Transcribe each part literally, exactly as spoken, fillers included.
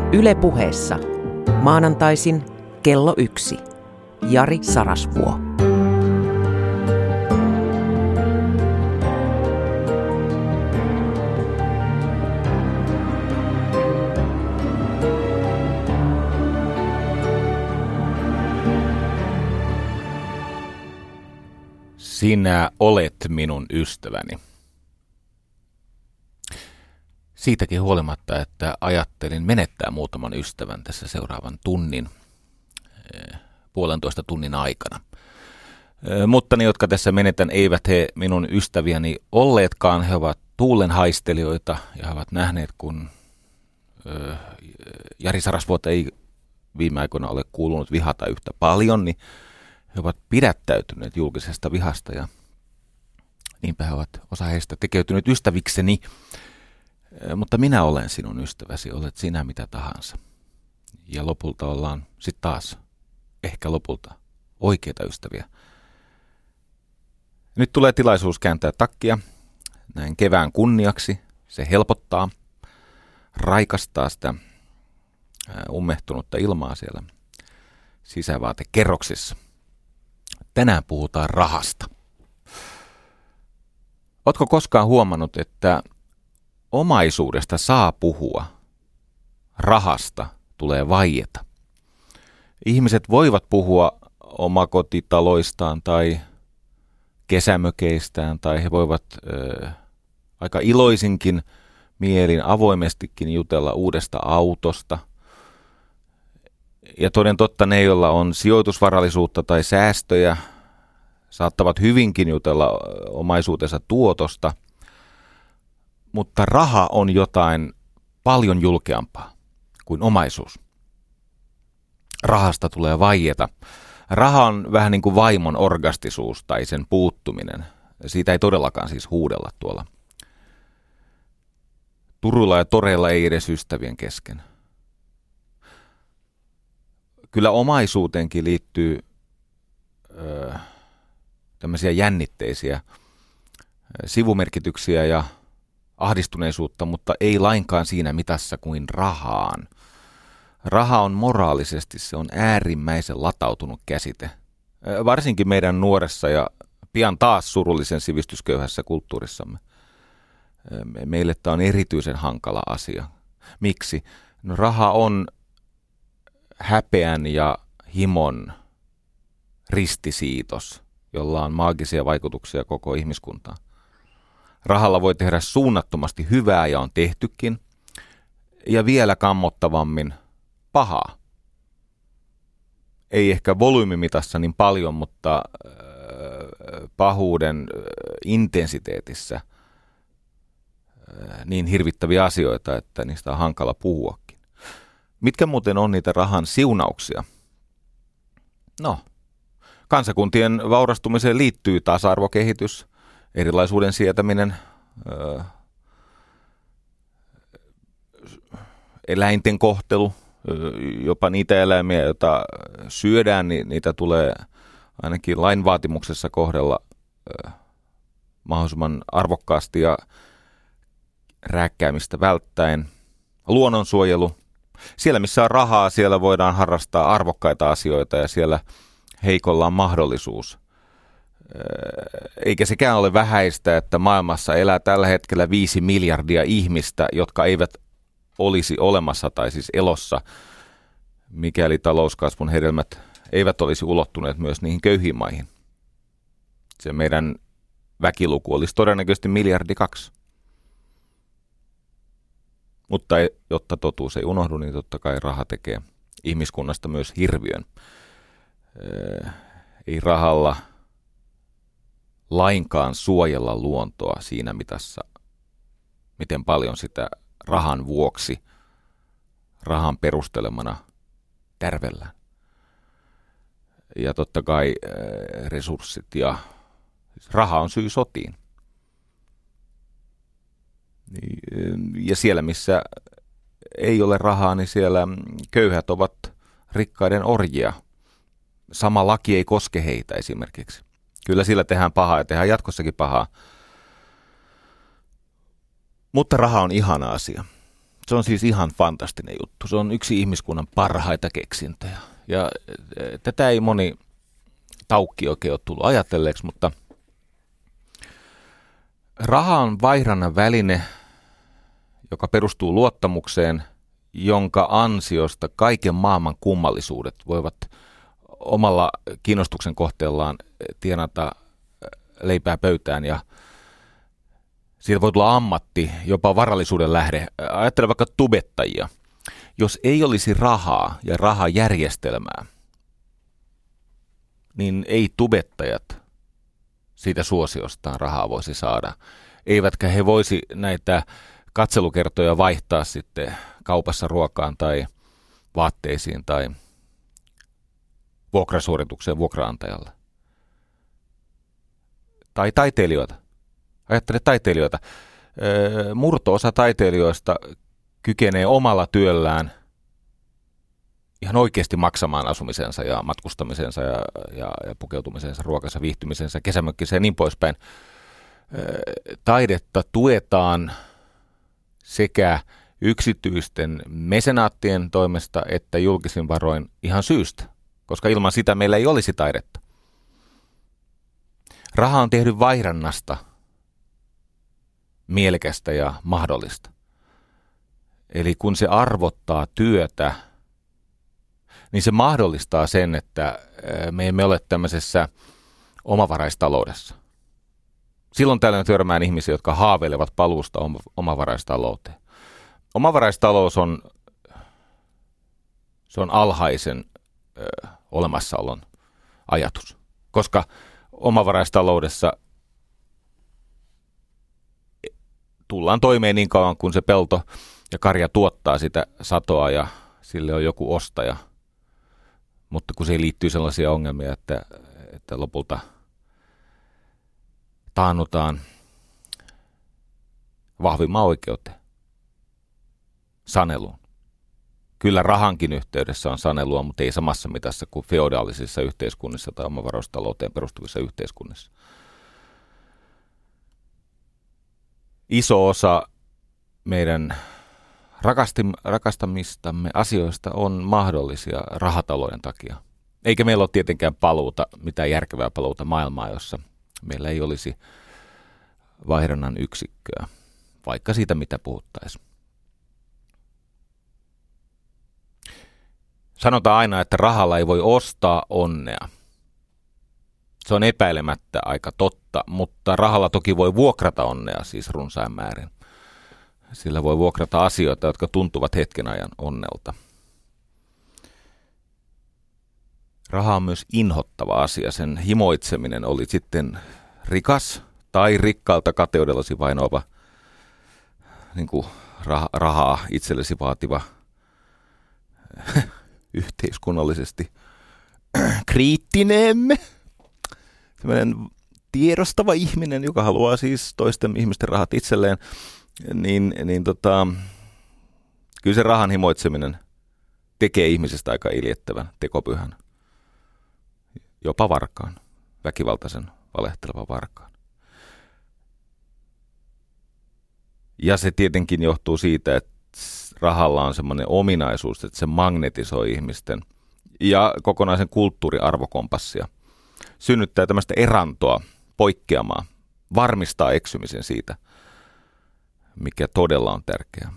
Yle Puheessa. Maanantaisin kello yksi. Jari Sarasvuo. Sinä olet minun ystäväni. Siitäkin huolimatta, että ajattelin menettää muutaman ystävän tässä seuraavan tunnin, puolentoista tunnin aikana. Mutta ne, jotka tässä menetän, eivät he minun ystäviäni olleetkaan. He ovat tuulenhaistelijoita ja he ovat nähneet, kun Jari Sarasvuota ei viime aikoina ole kuulunut vihata yhtä paljon, niin he ovat pidättäytyneet julkisesta vihasta ja niinpä he ovat osa heistä tekeytyneet ystävikseni. Mutta minä olen sinun ystäväsi, olet sinä mitä tahansa. Ja lopulta ollaan sitten taas, ehkä lopulta, oikeita ystäviä. Nyt tulee tilaisuus kääntää takkia näin kevään kunniaksi. Se helpottaa, raikastaa sitä ummehtunutta ilmaa siellä sisävaatekerroksissa. Tänään puhutaan rahasta. Ootko koskaan huomannut, että omaisuudesta saa puhua, rahasta tulee vaieta? Ihmiset voivat puhua omakotitaloistaan tai kesämökeistään, tai he voivat ö, aika iloisinkin mielin avoimestikin jutella uudesta autosta. Ja toden totta ne, joilla on sijoitusvarallisuutta tai säästöjä, saattavat hyvinkin jutella omaisuutensa tuotosta, mutta raha on jotain paljon julkeampaa kuin omaisuus. Rahasta tulee vaieta. Raha on vähän niin kuin vaimon orgastisuus tai sen puuttuminen. Siitä ei todellakaan siis huudella tuolla turuilla ja toreilla, ei edes ystävien kesken. Kyllä omaisuuteenkin liittyy ö, tämmöisiä jännitteisiä sivumerkityksiä ja ahdistuneisuutta, mutta ei lainkaan siinä mitassa kuin rahaan. Raha on moraalisesti, se on äärimmäisen latautunut käsite. Varsinkin meidän nuoressa ja pian taas surullisen sivistysköyhässä kulttuurissamme. Meille tämä on erityisen hankala asia. Miksi? No, raha on häpeän ja himon ristisiitos, jolla on maagisia vaikutuksia koko ihmiskuntaan. Rahalla voi tehdä suunnattomasti hyvää ja on tehtykin, ja vielä kammottavammin pahaa. Ei ehkä volyymimitassa niin paljon, mutta pahuuden intensiteetissä niin hirvittäviä asioita, että niistä on hankala puhuakin. Mitkä muuten on niitä rahan siunauksia? No, kansakuntien vaurastumiseen liittyy tasa-arvokehitys, erilaisuuden sietäminen, ö, eläinten kohtelu, ö, jopa niitä eläimiä, joita syödään, niin niitä tulee ainakin lain vaatimuksessa kohdella ö, mahdollisimman arvokkaasti ja rääkkäämistä välttäen. Luonnonsuojelu. Siellä, missä on rahaa, siellä voidaan harrastaa arvokkaita asioita ja siellä heikolla on mahdollisuus. Eikä sekään ole vähäistä, että maailmassa elää tällä hetkellä viisi miljardia ihmistä, jotka eivät olisi olemassa tai siis elossa, mikäli talouskasvun hedelmät eivät olisi ulottuneet myös niihin köyhiin maihin. Se meidän väkiluku olisi todennäköisesti miljardi kaksi. Mutta jotta totuus ei unohdu, niin totta kai raha tekee ihmiskunnasta myös hirviön. Ei rahalla lainkaan suojella luontoa siinä mitassa, miten paljon sitä rahan vuoksi, rahan perustelemana tärvellään. Ja totta kai resurssit ja siis raha on syy sotiin. Ja siellä, missä ei ole rahaa, niin siellä köyhät ovat rikkaiden orjia. Sama laki ei koske heitä esimerkiksi. Kyllä sillä tehdään pahaa ja tehdään jatkossakin pahaa. Mutta raha on ihana asia. Se on siis ihan fantastinen juttu. Se on yksi ihmiskunnan parhaita keksintöjä. Ja tätä ei moni taukki oikein ole tullut ajatelleeksi, mutta raha on vaihdannan väline, joka perustuu luottamukseen, jonka ansiosta kaiken maailman kummallisuudet voivat omalla kiinnostuksen kohteellaan tienata leipää pöytään ja siitä voi tulla ammatti, jopa varallisuuden lähde. Ajattele vaikka tubettajia. Jos ei olisi rahaa ja rahajärjestelmää, niin ei tubettajat siitä suosiostaan rahaa voisi saada. Eivätkä he voisi näitä katselukertoja vaihtaa sitten kaupassa ruokaan tai vaatteisiin tai vuokrasuoritukseen vuokraantajalle. Tai taiteilijoita. Ajattele taiteilijoita. Murto-osa taiteilijoista kykenee omalla työllään ihan oikeasti maksamaan asumisensa ja matkustamisensa ja, ja, ja pukeutumisensa, ruokansa, viihtymisensä, kesämökkinsä ja niin poispäin. Taidetta tuetaan sekä yksityisten mesenaattien toimesta että julkisin varoin ihan syystä, koska ilman sitä meillä ei olisi taidetta. Raha on tehnyt vaihdannasta mielekästä ja mahdollista. Eli kun se arvottaa työtä, niin se mahdollistaa sen, että me emme ole tämmöisessä omavaraistaloudessa. Silloin tällöin törmään ihmisiä, jotka haaveilevat paluusta omavaraistalouteen. Omavaraistalous on, se on alhaisen ö, olemassaolon ajatus, koska omavaraistaloudessa tullaan toimeen niin kauan, kun se pelto ja karja tuottaa sitä satoa ja sille on joku ostaja. Mutta kun siihen liittyy sellaisia ongelmia, että, että lopulta taannutaan vahvimman oikeuteen, saneluun. Kyllä rahankin yhteydessä on sanelua, mutta ei samassa mitassa kuin feodaalisissa yhteiskunnissa tai omavarastalouteen perustuvissa yhteiskunnissa. Iso osa meidän rakastamistamme asioista on mahdollisia rahatalouden takia. Eikä meillä ole tietenkään paluuta, mitään järkevää paluuta maailmaa, jossa meillä ei olisi vaihdannan yksikköä, vaikka siitä mitä puhuttaisiin. Sanotaan aina, että rahalla ei voi ostaa onnea. Se on epäilemättä aika totta, mutta rahalla toki voi vuokrata onnea, siis runsain määrin. Sillä voi vuokrata asioita, jotka tuntuvat hetken ajan onnelta. Raha on myös inhottava asia. Sen himoitseminen oli sitten rikas tai rikkaalta kateudellasi vainoava, niin kuin rah- rahaa itsellesi vaativa yhteiskunnallisesti kriittinen, sellainen tiedostava ihminen, joka haluaa siis toisten ihmisten rahat itselleen, niin, niin tota, kyllä se rahan himoitseminen tekee ihmisestä aika iljettävän, tekopyhän, jopa varkaan, väkivaltaisen, valehtelevan varkaan. Ja se tietenkin johtuu siitä, että rahalla on semmoinen ominaisuus, että se magnetisoi ihmisten ja kokonaisen kulttuuriarvokompassia. Synnyttää tämmöistä erantoa, poikkeamaa, varmistaa eksymisen siitä, mikä todella on tärkeää.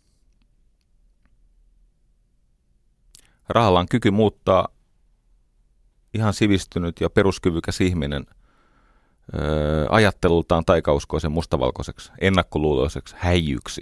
Rahalla on kyky muuttaa ihan sivistynyt ja peruskyvykäs ihminen öö, ajattelultaan taikauskoisen mustavalkoiseksi, ennakkoluuloiseksi, häijyksi.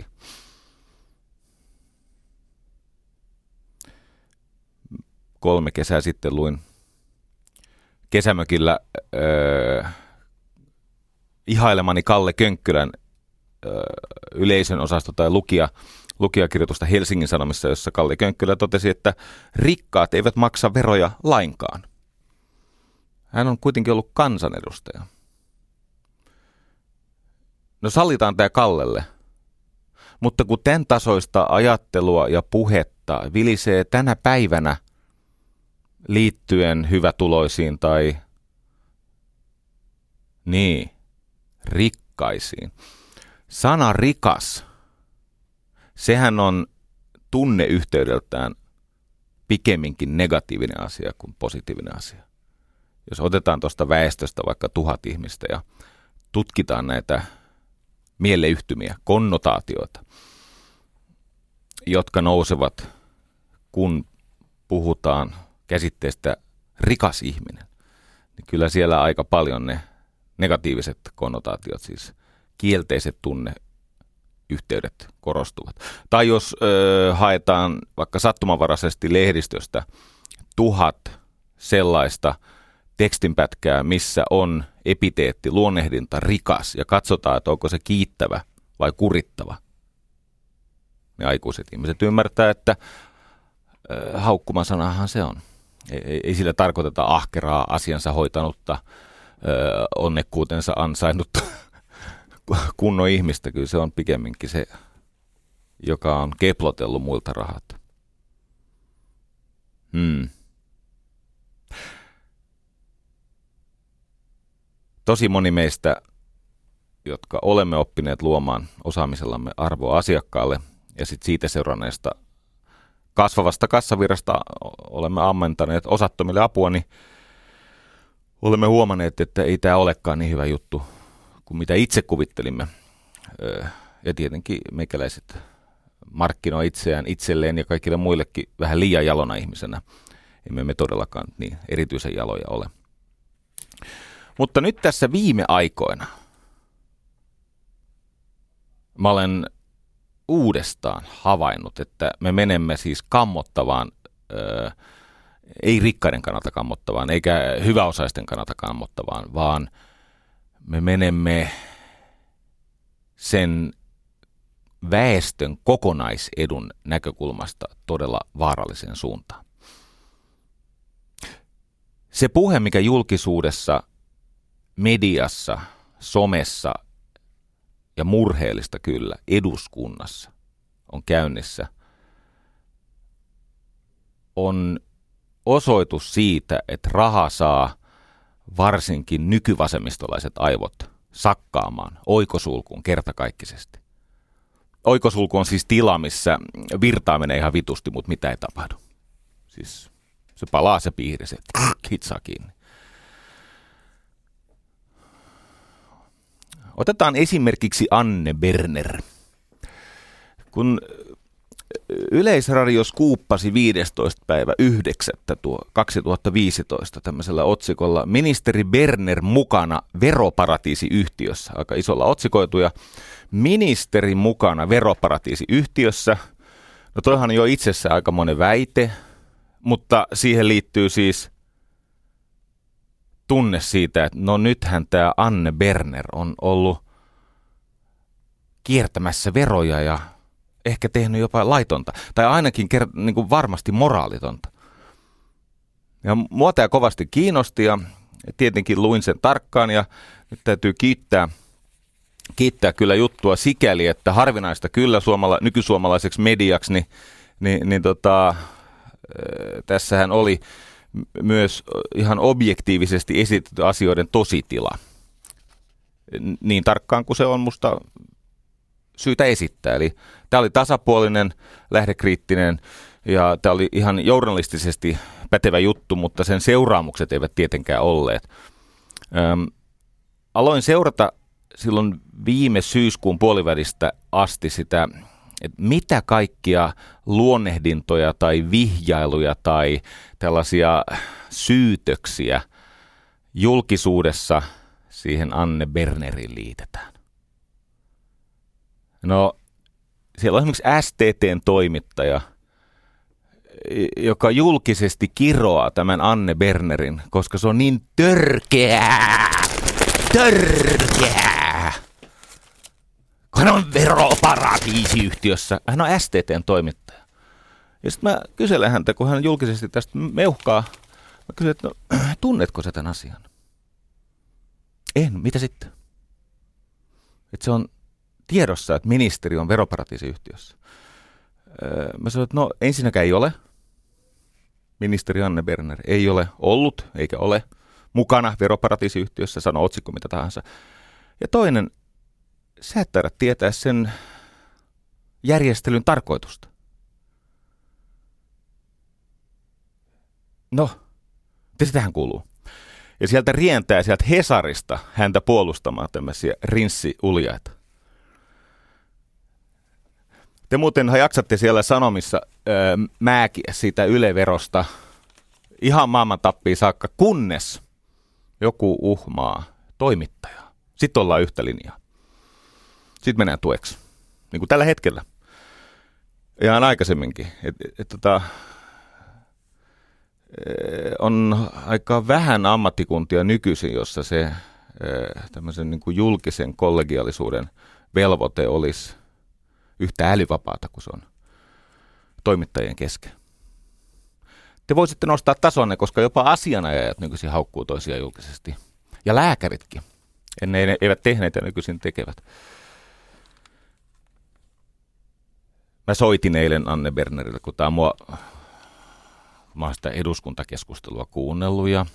Kolme kesää sitten luin kesämökillä öö, ihailemani Kalle Könkkylän öö, yleisön osasto tai lukija, lukijakirjoitusta Helsingin Sanomissa, jossa Kalle Könkkylä totesi, että rikkaat eivät maksa veroja lainkaan. Hän on kuitenkin ollut kansanedustaja. No sallitaan tämä Kallelle, mutta kun tämän tasoista ajattelua ja puhetta vilisee tänä päivänä liittyen hyvätuloisiin tai niin, rikkaisiin. Sana rikas sehän on tunneyhteydeltään pikemminkin negatiivinen asia kuin positiivinen asia. Jos otetaan tuosta väestöstä vaikka tuhat ihmistä ja tutkitaan näitä mieleyhtymiä, konnotaatioita, jotka nousevat, kun puhutaan käsitteestä rikas ihminen, niin kyllä siellä aika paljon ne negatiiviset konnotaatiot, siis kielteiset tunneyhteydet korostuvat. Tai jos ö, haetaan vaikka sattumanvaraisesti lehdistöstä tuhat sellaista tekstinpätkää, missä on epiteetti, luonnehdinta, rikas, ja katsotaan, että onko se kiittävä vai kurittava, niin aikuiset ihmiset ymmärtää, että ö, haukkuman sanahan se on. Ei, ei sillä tarkoiteta ahkeraa, asiansa hoitanutta, ö, onnekkuutensa ansainnutta kunnon ihmistä. Kyllä se on pikemminkin se, joka on keplotellut muilta rahat. Hmm. Tosi moni meistä, jotka olemme oppineet luomaan osaamisellamme arvoa asiakkaalle ja sit siitä seuranneesta kasvavasta kassavirrasta olemme ammentaneet osattomille apua, niin olemme huomanneet, että ei tämä olekaan niin hyvä juttu kuin mitä itse kuvittelimme. Ja tietenkin meikäläiset markkinoi itseään itselleen ja kaikille muillekin vähän liian jalona ihmisenä. Emme me todellakaan niin erityisen jaloja ole. Mutta nyt tässä viime aikoina mä olen uudestaan havainnut, että me menemme siis kammottavaan, ö, ei rikkaiden kannalta kammottavaan, eikä hyväosaisten kannalta kammottavaan, vaan me menemme sen väestön kokonaisedun näkökulmasta todella vaaralliseen suuntaan. Se puhe, mikä julkisuudessa, mediassa, somessa ja murheellista kyllä eduskunnassa on käynnissä, on osoitus siitä, että raha saa varsinkin nykyvasemmistolaiset aivot sakkaamaan oikosulkuun kertakaikkisesti. Oikosulku on siis tila, missä virtaa menee ihan vitusti, mutta mitä ei tapahdu. Siis se palaa se piiri, se hitsaa kiinni. Otetaan esimerkiksi Anne Berner. Kun Yleisradio skuuppasi viidestoista päivä yhdeksättä tuo kaksituhattaviisitoista tämmöisellä otsikolla ministeri Berner mukana veroparatiisiyhtiössä, aika isolla otsikoituja, ministeri mukana veroparatiisiyhtiössä. No toihan on jo itsessään aika monen väite, mutta siihen liittyy siis tunne siitä, että no nythän tämä Anne Berner on ollut kiertämässä veroja ja ehkä tehnyt jopa laitonta, tai ainakin kert- niin kuin varmasti moraalitonta. Ja mua tämä kovasti kiinnosti ja tietenkin luin sen tarkkaan ja nyt täytyy kiittää, kiittää kyllä juttua sikäli, että harvinaista kyllä suomala- nykysuomalaiseksi mediaksi, niin, niin, niin tota, tässähän oli myös ihan objektiivisesti esitetty asioiden tositila. Niin tarkkaan kuin se on musta syytä esittää. Eli tämä oli tasapuolinen, lähdekriittinen ja tämä oli ihan journalistisesti pätevä juttu, mutta sen seuraamukset eivät tietenkään olleet. Öm, aloin seurata silloin viime syyskuun puolivälistä asti sitä, että mitä kaikkia luonnehdintoja tai vihjailuja tai tällaisia syytöksiä julkisuudessa siihen Anne Berneriin liitetään. No, siellä on esimerkiksi S T T:n toimittaja, joka julkisesti kiroaa tämän Anne Bernerin, koska se on niin törkeää, törkeää. Hän on veroparatiisiyhtiössä. Hän on S T T:n toimittaja. Ja sitten mä kyselen häntä, kun hän julkisesti tästä meuhkaa. Mä kysyn, että no, tunnetko sä tämän asian? En, mitä sitten? Että se on tiedossa, että ministeri on veroparatiisiyhtiössä. Öö, mä sanoin, että no ensinnäkään ei ole. Ministeri Anne Berner ei ole ollut, eikä ole mukana veroparatiisiyhtiössä, sano otsikko mitä tahansa. Ja toinen, sä et taida tietää sen järjestelyn tarkoitusta. No, te sitähän kuuluu. Ja sieltä rientää sieltä Hesarista häntä puolustamaan tämmöisiä rinssiuljaita. Te muuten jaksatte siellä Sanomissa öö, määkiä siitä Yle-verosta ihan maailman tappiin saakka, kunnes joku uhmaa toimittajaa. Sitten ollaan yhtä linjaa. Sitten mennään tueksi. Niin kuin tällä hetkellä. Ihan aikaisemminkin. Et, et, et, tota, on aika vähän ammattikuntia nykyisin, jossa se tämmöisen niin kuin julkisen kollegiaalisuuden velvoite olisi yhtä älyvapaata kuin se on toimittajien kesken. Te voisitte nostaa tasonne, koska jopa asianajajat nykyisin haukkuu toisiaan julkisesti. Ja lääkäritkin. Ennen ne eivät tehneet ja nykyisin tekevät. Mä soitin eilen Anne Bernerille, kun tää mua, mä oon sitä eduskuntakeskustelua kuunnellut ja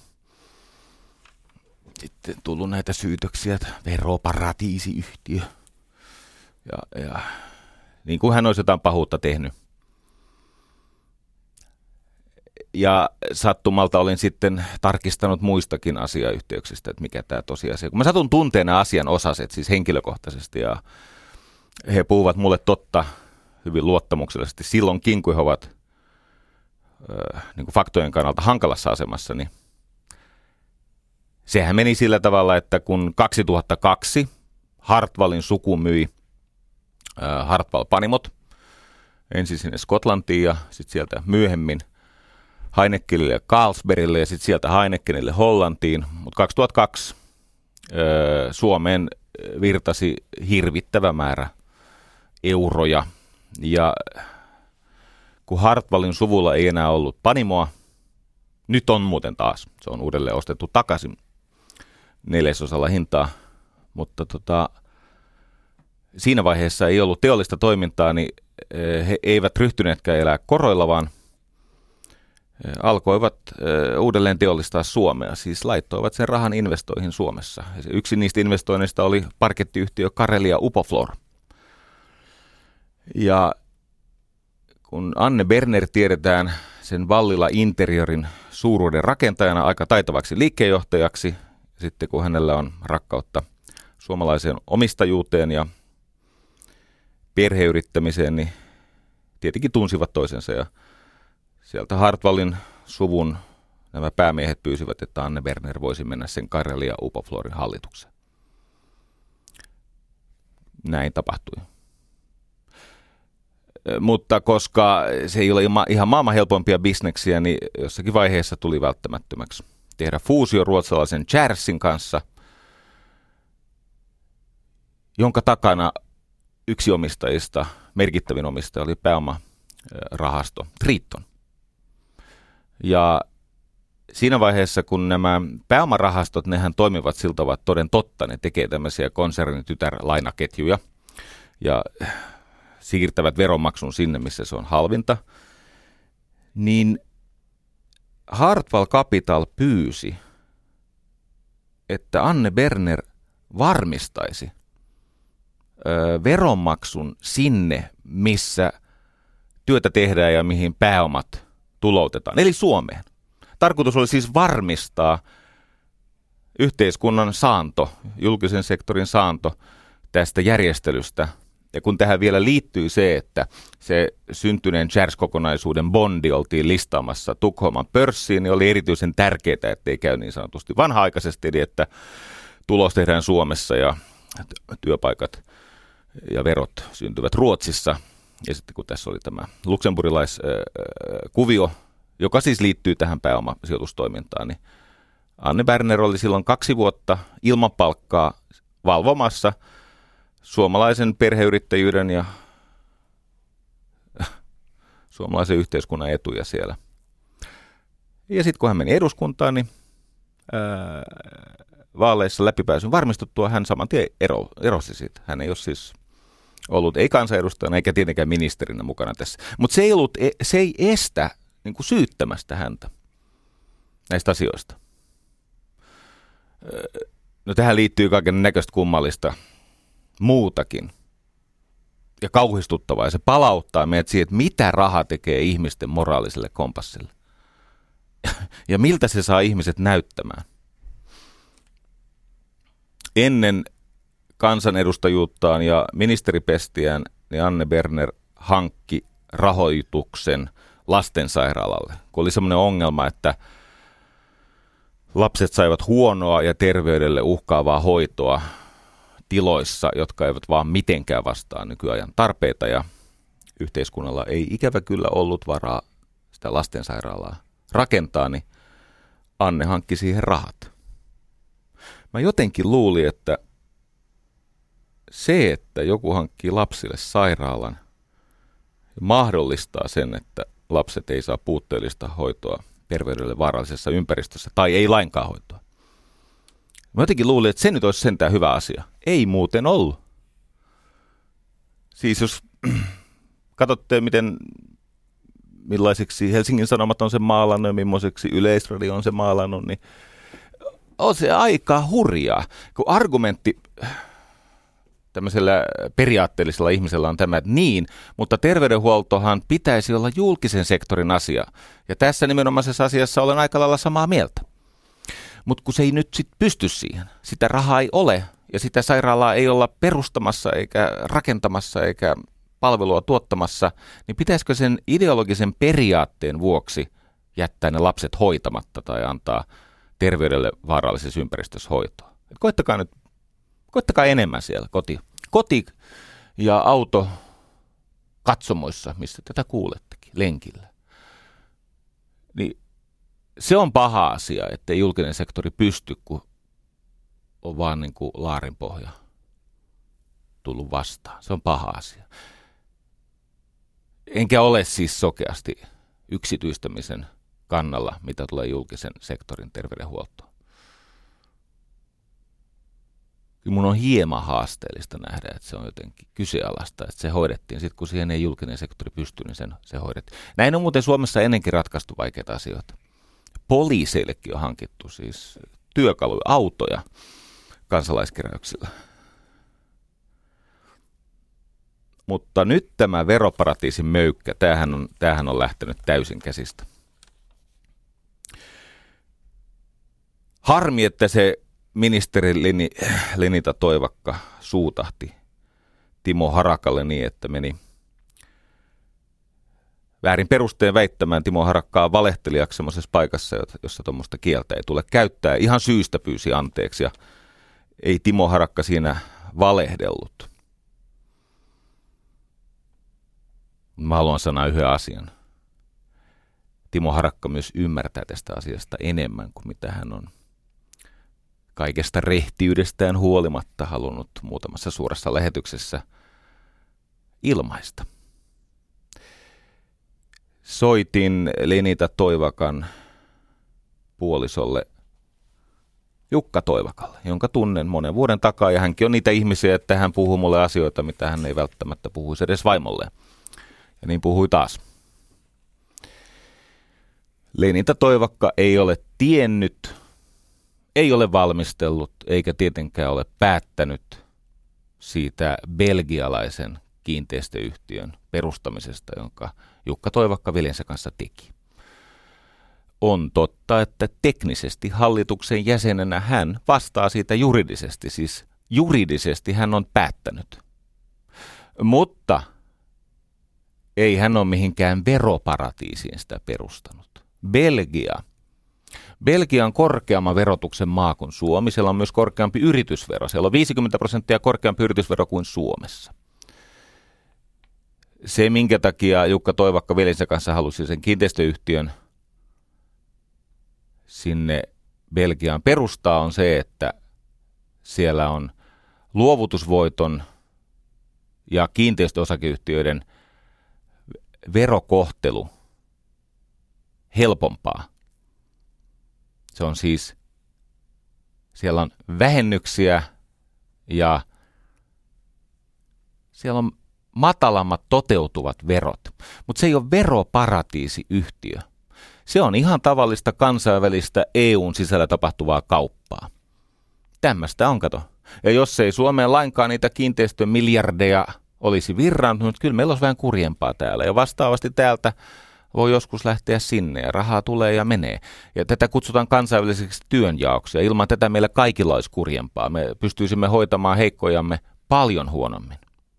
sitten tullut näitä syytöksiä, että veroparatiisiyhtiö. Ja, ja niin kuin hän olisi jotain pahuutta tehnyt. Ja sattumalta olin sitten tarkistanut muistakin asiayhteyksistä, että mikä tämä tosiasia. Kun mä satun tunteen nämä asianosaset, siis henkilökohtaisesti, ja he puhuvat mulle totta hyvin luottamuksellisesti silloinkin, kun he ovat äh, niin kuin faktojen kannalta hankalassa asemassa, niin sehän meni sillä tavalla, että kun kaksituhattakaksi Hartwallin suku myi äh, Hartwall-panimot ensin sinne Skotlantiin ja sitten sieltä myöhemmin Heinekenille ja Carlsbergille ja sitten sieltä Heinekenille Hollantiin, mutta kaksituhattakaksi öö, Suomeen virtasi hirvittävä määrä euroja ja kun Hartwallin suvulla ei enää ollut panimoa, nyt on muuten taas, se on uudelleen ostettu takaisin neljäsosalla hintaa, mutta tota, siinä vaiheessa ei ollut teollista toimintaa, niin he eivät ryhtyneetkään elää koroilla, vaan alkoivat uudelleen teollistaa Suomea, siis laittoivat sen rahan investoihin Suomessa. Yksi niistä investoinneista oli parkettiyhtiö Karelia Upoflor. Ja kun Anne Berner tiedetään sen Vallila Interiorin suuruuden rakentajana aika taitavaksi liikkeenjohtajaksi, sitten kun hänellä on rakkautta suomalaiseen omistajuuteen ja perheyrittämiseen, niin tietenkin tunsivat toisensa ja sieltä Hartwallin suvun nämä päämiehet pyysivät, että Anne Berner voisi mennä sen Karelia Upoflorin hallitukseen. Näin tapahtui. Mutta koska se ei ole ihan maailman helpompia bisneksiä, niin jossakin vaiheessa tuli välttämättömäksi tehdä fuusio ruotsalaisen Kärsin kanssa, jonka takana yksi omistajista, merkittävin omistaja, oli pääomarahasto Triton. Ja siinä vaiheessa, kun nämä pääomarahastot, nehän toimivat siltä ovat toden totta, ne tekee tämmöisiä konsernitytärlainaketjuja ja siirtävät veronmaksun sinne, missä se on halvinta, niin Hartwall Capital pyysi, että Anne Berner varmistaisi ö, veronmaksun sinne, missä työtä tehdään ja mihin pääomat tuloutetaan, eli Suomeen. Tarkoitus oli siis varmistaa yhteiskunnan saanto, julkisen sektorin saanto tästä järjestelystä. Ja kun tähän vielä liittyy se, että se syntyneen Chars-kokonaisuuden bondi oltiin listaamassa Tukholman pörssiin, niin oli erityisen tärkeää, ettei käy niin sanotusti vanha-aikaisesti, eli että tulos tehdään Suomessa ja työpaikat ja verot syntyvät Ruotsissa. Ja sitten kun tässä oli tämä luxemburilaiskuvio, joka siis liittyy tähän pääomasijoitustoimintaan, niin Anne Berner oli silloin kaksi vuotta ilman palkkaa valvomassa suomalaisen perheyrittäjyyden ja suomalaisen yhteiskunnan etuja siellä. Ja sitten kun hän meni eduskuntaan, niin ää, vaaleissa läpipääsyn varmistuttua hän saman tien ero, erosi siitä. Hän ei ole siis ollut ei kansanedustajana eikä tietenkään ministerinä mukana tässä. Mutta se ei, ollut, se ei estä niin kuin syyttämästä häntä näistä asioista. No tähän liittyy kaiken näköistä kummallista muutakin. ja kauhistuttavaa. Ja se palauttaa meidät siihen, että mitä raha tekee ihmisten moraaliselle kompassille. Ja miltä se saa ihmiset näyttämään. Ennen kansanedustajuuttaan ja ministeripestiään niin Anne Berner hankki rahoituksen lastensairaalalle, kun oli semmoinen ongelma, että lapset saivat huonoa ja terveydelle uhkaavaa hoitoa tiloissa, jotka eivät vaan mitenkään vastaa nykyajan tarpeita, ja yhteiskunnalla ei ikävä kyllä ollut varaa sitä lastensairaalaa rakentaa, niin Anne hankki siihen rahat. Mä jotenkin luulin, että se, että joku hankkii lapsille sairaalan, mahdollistaa sen, että lapset ei saa puutteellista hoitoa terveydelle vaarallisessa ympäristössä tai ei lainkaan hoitoa. Mä jotenkin luulin, että se nyt olisi sentään hyvä asia. Ei muuten ollut. Siis jos katsotte, miten, millaisiksi Helsingin Sanomat on se maalannut ja millaiseksi Yleisradio on se maalannut, niin on se aika hurjaa. Kun argumentti tämmöisellä periaatteellisella ihmisellä on tämä, että niin, mutta terveydenhuoltohan pitäisi olla julkisen sektorin asia. Ja tässä nimenomaisessa asiassa olen aika lailla samaa mieltä. Mutta kun se ei nyt sit pysty siihen, sitä rahaa ei ole ja sitä sairaalaa ei olla perustamassa eikä rakentamassa eikä palvelua tuottamassa, niin pitäisikö sen ideologisen periaatteen vuoksi jättää ne lapset hoitamatta tai antaa terveydelle vaarallisessa ympäristössä hoitoa? Et koittakaa nyt, koittakaa enemmän siellä koti, koti ja auto katsomoissa, missä tätä kuulettekin, lenkillä. Niin se on paha asia, ettei julkinen sektori pysty, kun on vaan niin kuin laarin pohja tullut vastaan. Se on paha asia. Enkä ole siis sokeasti yksityistämisen kannalla, mitä tulee julkisen sektorin terveydenhuoltoon. Kyllä mun on hieman haasteellista nähdä, että se on jotenkin kyseenalaista, että se hoidettiin. Sitten kun siihen ei julkinen sektori pysty, niin sen, se hoidettiin. Näin on muuten Suomessa ennenkin ratkaistu vaikeita asioita. Poliiseillekin on hankittu siis työkaluja, autoja kansalaiskeräyksillä. Mutta nyt tämä veroparatiisin möykkä, tämähän on, tämähän on lähtenyt täysin käsistä. Harmi, että se ministeri Lini, Lenita Toivakka suutahti Timo Harakalle niin, että meni väärin perusteen väittämään Timo Harakkaa valehtelijaksi semmoisessa paikassa, jossa tuommoista kieltä ei tule käyttää. Ihan syystä pyysi anteeksi ja ei Timo Harakka siinä valehdellut. Mä haluan sanoa yhden asian. Timo Harakka myös ymmärtää tästä asiasta enemmän kuin mitä hän on kaikesta rehtiydestään huolimatta halunnut muutamassa suuressa lähetyksessä ilmaista. Soitin Lenita Toivakan puolisolle Jukka Toivakalle, jonka tunnen monen vuoden takaa, ja hänkin on niitä ihmisiä, että hän puhuu mulle asioita, mitä hän ei välttämättä puhuisi edes vaimolle. Ja niin puhui taas. Lenita Toivakka ei ole tiennyt, ei ole valmistellut, eikä tietenkään ole päättänyt siitä belgialaisen kiinteistöyhtiön perustamisesta, jonka Jukka Toivakka veljensä kanssa teki. On totta, että teknisesti hallituksen jäsenenä hän vastaa siitä juridisesti, siis juridisesti hän on päättänyt. Mutta ei hän ole mihinkään veroparatiisiin sitä perustanut. Belgia. Belgia on korkeamman verotuksen maa kuin Suomi. Siellä on myös korkeampi yritysvero. Siellä on viisikymmentä prosenttia korkeampi yritysvero kuin Suomessa. Se, minkä takia Jukka Toivakka veljensä kanssa halusi sen kiinteistöyhtiön sinne Belgiaan perustaa, on se, että siellä on luovutusvoiton ja kiinteistöosakeyhtiöiden verokohtelu helpompaa. Se on siis, siellä on vähennyksiä ja siellä on matalammat toteutuvat verot, mutta se ei ole veroparatiisiyhtiö. Se on ihan tavallista kansainvälistä E U:n sisällä tapahtuvaa kauppaa. Tämmöistä on, kato. Ja jos ei Suomeen lainkaan niitä kiinteistömiljardeja olisi virrantunut, kyllä meillä olisi vähän kurjempaa täällä. Ja vastaavasti täältä voi joskus lähteä sinne ja rahaa tulee ja menee. Ja tätä kutsutaan kansainväliseksi työnjaoksi. Ja ilman tätä meillä kaikilla olisi kurjempaa. Me pystyisimme hoitamaan heikkojamme paljon huonommin.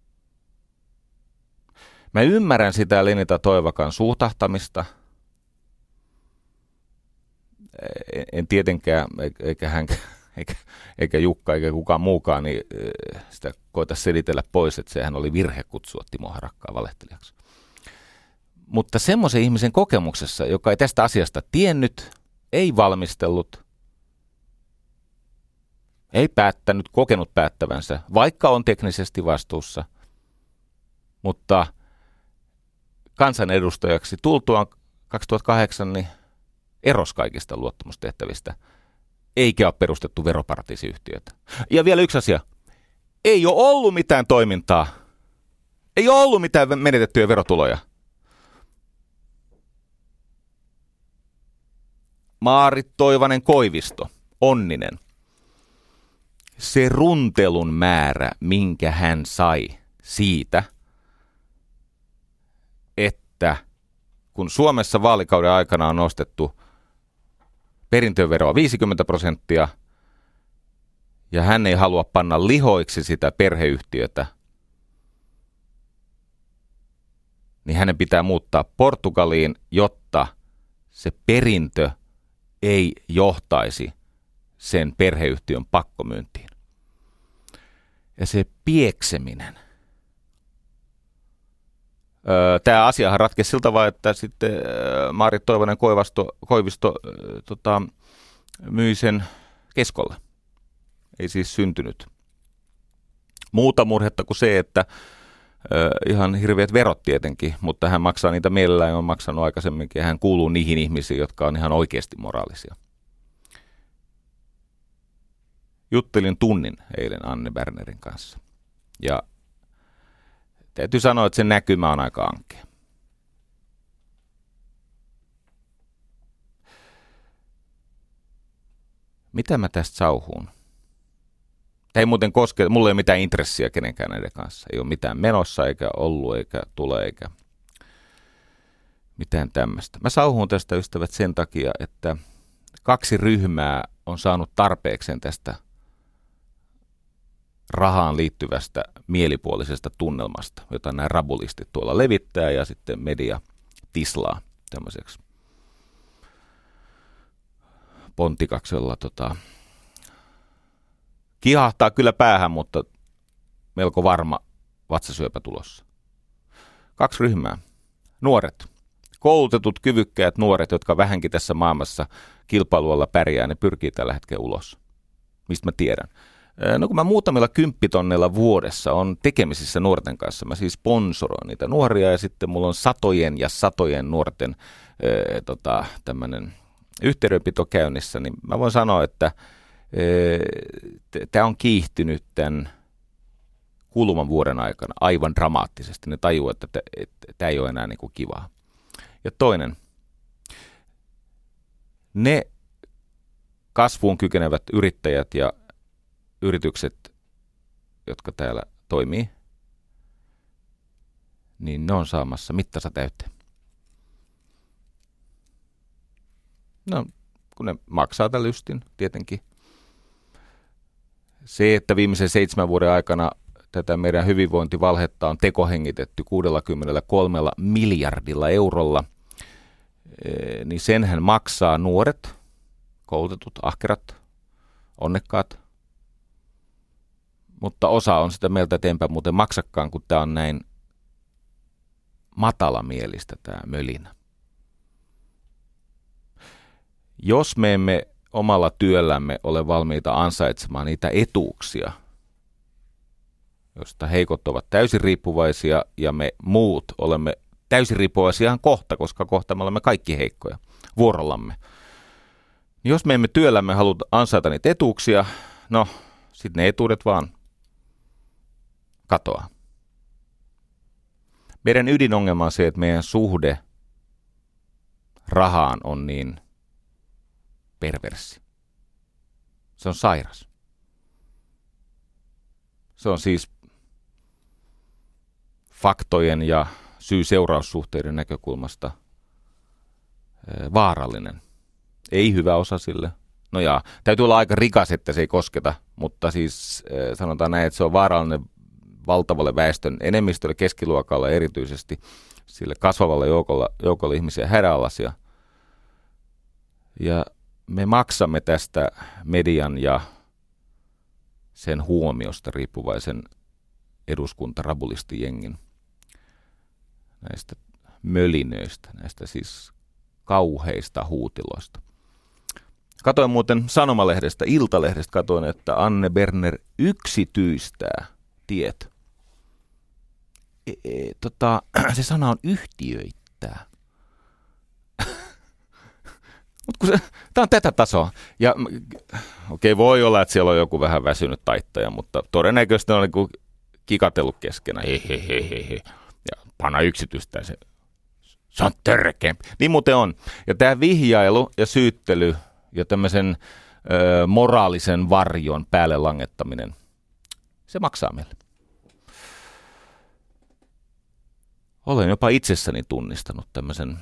Mä ymmärrän sitä Lenita Toivakan suutahtamista. En tietenkään, eikä hän, eikä, eikä Jukka, eikä kukaan muukaan, niin sitä koita selitellä pois, että sehän oli virhe kutsua Timo Harakkaa valehtelijaksi. Mutta semmoisen ihmisen kokemuksessa, joka ei tästä asiasta tiennyt, ei valmistellut, ei päättänyt, kokenut päättävänsä, vaikka on teknisesti vastuussa, mutta kansanedustajaksi tultuaan kaksituhattakahdeksan niin erosi kaikista luottamustehtävistä, eikä ole perustettu veroparatiisiyhtiötä. Ja vielä yksi asia. Ei ole ollut mitään toimintaa. Ei ole ollut mitään menetettyjä verotuloja. Maarit Toivanen Koivisto, Onninen. Se runtelun määrä, minkä hän sai siitä, että kun Suomessa vaalikauden aikana on nostettu perintöveroa viisikymmentä prosenttia ja hän ei halua panna lihoiksi sitä perheyhtiötä, niin hänen pitää muuttaa Portugaliin, jotta se perintö ei johtaisi sen perheyhtiön pakkomyyntiin. Ja se piekseminen. Tämä asiahan ratkesi sillä tavalla, että sitten Maarit Toivonen Koivisto, Koivisto tota, myi sen Keskolle. Ei siis syntynyt muuta murhetta kuin se, että ihan hirveät verot tietenkin, mutta hän maksaa niitä mielellään ja on maksanut aikaisemminkin ja hän kuuluu niihin ihmisiin, jotka on ihan oikeasti moraalisia. Juttelin tunnin eilen Anne Bernerin kanssa ja täytyy sanoa, että se näkymä on aika ankea. Mitä mä tästä sauhuun? Tämä ei muuten koske, mulla ei ole mitään intressiä kenenkään näiden kanssa. Ei ole mitään menossa, eikä ollut, eikä tule, eikä mitään tämmöistä. Mä sauhuun tästä, ystävät, sen takia, että kaksi ryhmää on saanut tarpeekseen tästä rahaan liittyvästä mielipuolisesta tunnelmasta, jota nämä rabulistit tuolla levittää ja sitten media tislaa tämmöiseksi pontikaksi, jolla tota, kihahtaa kyllä päähän, mutta melko varma vatsasyöpä tulossa. Kaksi ryhmää. Nuoret. Koulutetut, kyvykkäät nuoret, jotka vähänkin tässä maailmassa kilpailualla pärjää, ne pyrkii tällä hetkellä ulos. Mistä mä tiedän? No kun mä muutamilla kymppitonneilla vuodessa on tekemisissä nuorten kanssa, mä siis sponsoroin niitä nuoria ja sitten mulla on satojen ja satojen nuorten ee, tota, tämmöinen yhteydenpito käynnissä, niin mä voin sanoa, että tämä on kiihtynyt tämän kuluvan vuoden aikana aivan dramaattisesti. Ne tajuaa, että tämä ei ole enää niin kuin kivaa. Ja toinen, ne kasvuun kykenevät yrittäjät ja yritykset, jotka täällä toimii, niin ne on saamassa mittansa täyteen. No, kun ne maksaa tämän lystin, tietenkin. Se, että viimeisen seitsemän vuoden aikana tätä meidän hyvinvointivalhetta on tekohengitetty kuusikymmentäkolme miljardilla eurolla, niin senhän maksaa nuoret, koulutetut, ahkerat, onnekkaat. Mutta osa on sitä mieltä, että enpä muuten maksakaan, kun tämä on näin matalamielistä tämä mölinä. Jos me emme omalla työllämme ole valmiita ansaitsemaan niitä etuuksia, joista heikot ovat täysin riippuvaisia ja me muut olemme täysin riippuvaisia ihan kohta, koska kohta me olemme kaikki heikkoja vuorollamme. Niin jos me emme työllämme haluta ansaita niitä etuuksia, no sitten ne etuudet vaan katoaa. Meidän ydinongelma on se, että meidän suhde rahaan on niin perverssi. Se on sairas. Se on siis faktojen ja syy-seuraussuhteiden näkökulmasta vaarallinen. Ei hyvä osa sille. No jaa, täytyy olla aika rikas, että se ei kosketa, mutta siis sanotaan näin, että se on vaarallinen valtavalle väestön enemmistölle, keskiluokalle erityisesti, sille kasvavalle joukolle, joukolle ihmisiä hädänalaisia. Ja me maksamme tästä median ja sen huomiosta riippuvaisen eduskuntarabulistijengin näistä mölinöistä, näistä siis kauheista huutiloista. Katoin muuten Sanomalehdestä, Iltalehdestä katoin, että Anne Berner yksityistää tiet. E, e, tota, se sana on yhtiöittää. Tämä on tätä tasoa. Ja okei, okay, voi olla, että siellä on joku vähän väsynyt taittaja, mutta todennäköisesti on niin kikatellut keskenään. He, he, he, he, he. Ja panna yksityistää se. Se on törkeämpi. Niin muuten on. Ja tämä vihjailu ja syyttely ja tämmöisen ö, moraalisen varjon päälle langettaminen, se maksaa meille. Olen jopa itsessäni tunnistanut tämmöisen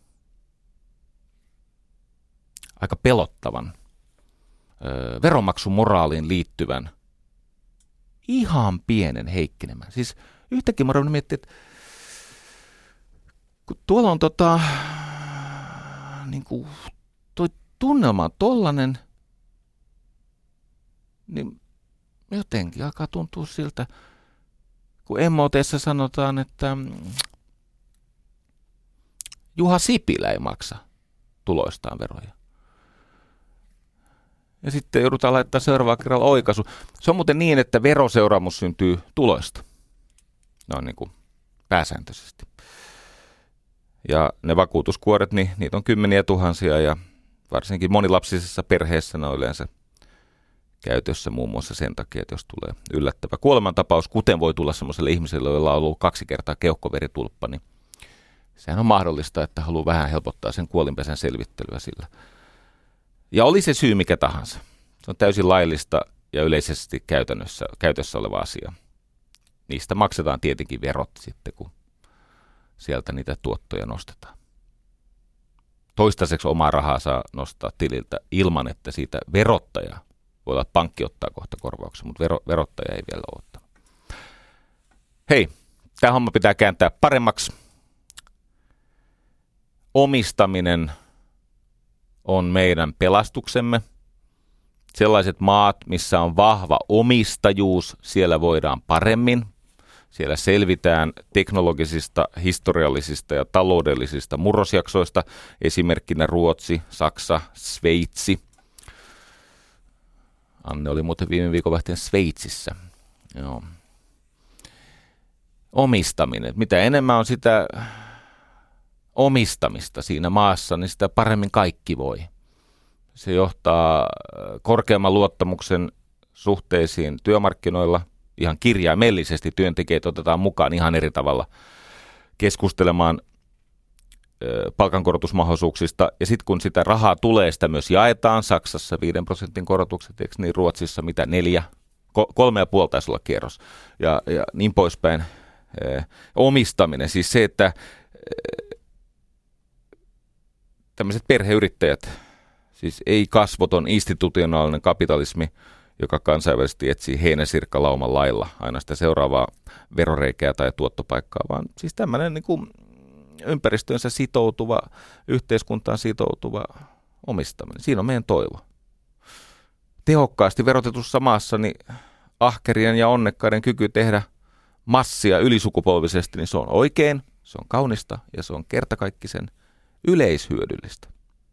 aika pelottavan ö, veronmaksumoraaliin liittyvän ihan pienen heikkenemään. Siis yhtäkkiä mä olen miettinyt, että kun tuolla on tota, niin kuin toi tunnelma on tollanen, niin jotenkin alkaa tuntua siltä, kun M O T:ssä sanotaan, että Juha Sipilä ei maksa tuloistaan veroja. Ja sitten joudutaan laittaa seuraavalla kerralla oikaisu. Se on muuten niin, että veroseuraamus syntyy tuloista. No niin kuin pääsääntöisesti. Ja ne vakuutuskuoret, niin niitä on kymmeniä tuhansia ja varsinkin monilapsisessa perheessä ne on yleensä käytössä muun muassa sen takia, että jos tulee yllättävä kuolemantapaus, kuten voi tulla semmoiselle ihmiselle, jolla on ollut kaksi kertaa keuhkoveritulppa, niin sehän on mahdollista, että haluaa vähän helpottaa sen kuolinpesän selvittelyä sillä. Ja oli se syy mikä tahansa. Se on täysin laillista ja yleisesti käytännössä, käytössä oleva asia. Niistä maksetaan tietenkin verot sitten, kun sieltä niitä tuottoja nostetaan. Toistaiseksi omaa rahaa saa nostaa tililtä ilman, että siitä verottaja, voi olla, että pankki ottaa kohta korvauksen, mutta vero, verottaja ei vielä ole ottanut. Hei, tämä homma pitää kääntää paremmaksi. Omistaminen on meidän pelastuksemme. Sellaiset maat, missä on vahva omistajuus, siellä voidaan paremmin. Siellä selvitään teknologisista, historiallisista ja taloudellisista murrosjaksoista, esimerkkinä Ruotsi, Saksa, Sveitsi. Anne oli muuten viime viikonvaihteen Sveitsissä. Joo. Omistaminen. Mitä enemmän on sitä omistamista siinä maassa, niin sitä paremmin kaikki voi. Se johtaa korkeamman luottamuksen suhteisiin työmarkkinoilla. Ihan kirjaimellisesti työntekijät otetaan mukaan ihan eri tavalla keskustelemaan ö, palkankorotusmahdollisuuksista. Ja sitten kun sitä rahaa tulee, sitä myös jaetaan. Saksassa viiden prosentin korotukset, eikö niin, Ruotsissa mitä neljä, ko- kolme ja puoli taisi olla kierros ja, ja niin poispäin. Ö, omistaminen, siis se, että ö, tämmöiset perheyrittäjät, siis ei kasvoton institutionaalinen kapitalismi, joka kansainvälisesti etsii heinäsirkkalauman lailla aina sitä seuraavaa veroreikää tai tuottopaikkaa, vaan siis tämmöinen niin kuin ympäristöönsä sitoutuva, yhteiskuntaan sitoutuva omistaminen. Siinä on meidän toivo. Tehokkaasti verotetussa maassa niin ahkerien ja onnekkaiden kyky tehdä massia ylisukupolvisesti, niin se on oikein, se on kaunista ja se on kertakaikkisen yleishyödyllistä.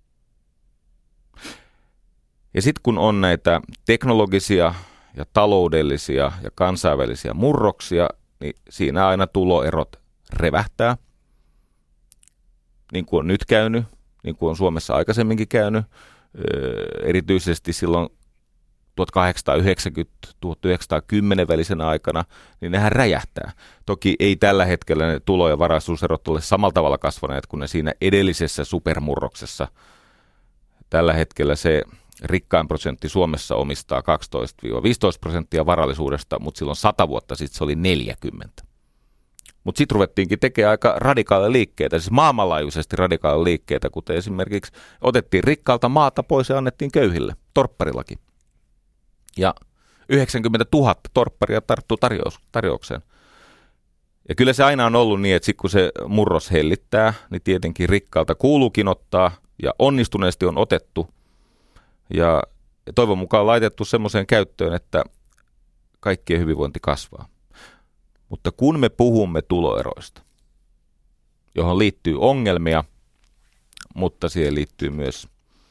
Ja sitten kun on näitä teknologisia ja taloudellisia ja kansainvälisiä murroksia, niin siinä aina tuloerot revähtää, niin kuin on nyt käynyt, niin kuin on Suomessa aikaisemminkin käynyt, erityisesti silloin tuhatkahdeksansataayhdeksänkymmentä tuhatyhdeksänsataakymmenen välisenä aikana, niin nehän räjähtää. Toki ei tällä hetkellä ne tulo- ja varaisuuserot ole samalla tavalla kasvaneet kuin ne siinä edellisessä supermurroksessa. Tällä hetkellä se rikkain prosentti Suomessa omistaa kaksitoista viisitoista prosenttia varallisuudesta, mutta silloin sata vuotta sitten se oli neljäkymmentä. Mutta sitten ruvettiinkin tekemään aika radikaaleja liikkeitä, siis maailmanlaajuisesti radikaaleja liikkeitä, kuten esimerkiksi otettiin rikkaalta maata pois ja annettiin köyhille, torpparillakin. Ja yhdeksänkymmentätuhatta torpparia tarttuu tarjous, tarjoukseen. Ja kyllä se aina on ollut niin, että sit kun se murros hellittää, niin tietenkin rikkaalta kuuluukin ottaa, ja onnistuneesti on otettu, ja toivon mukaan laitettu semmoiseen käyttöön, että kaikkien hyvinvointi kasvaa. Mutta kun me puhumme tuloeroista, johon liittyy ongelmia, mutta siihen liittyy myös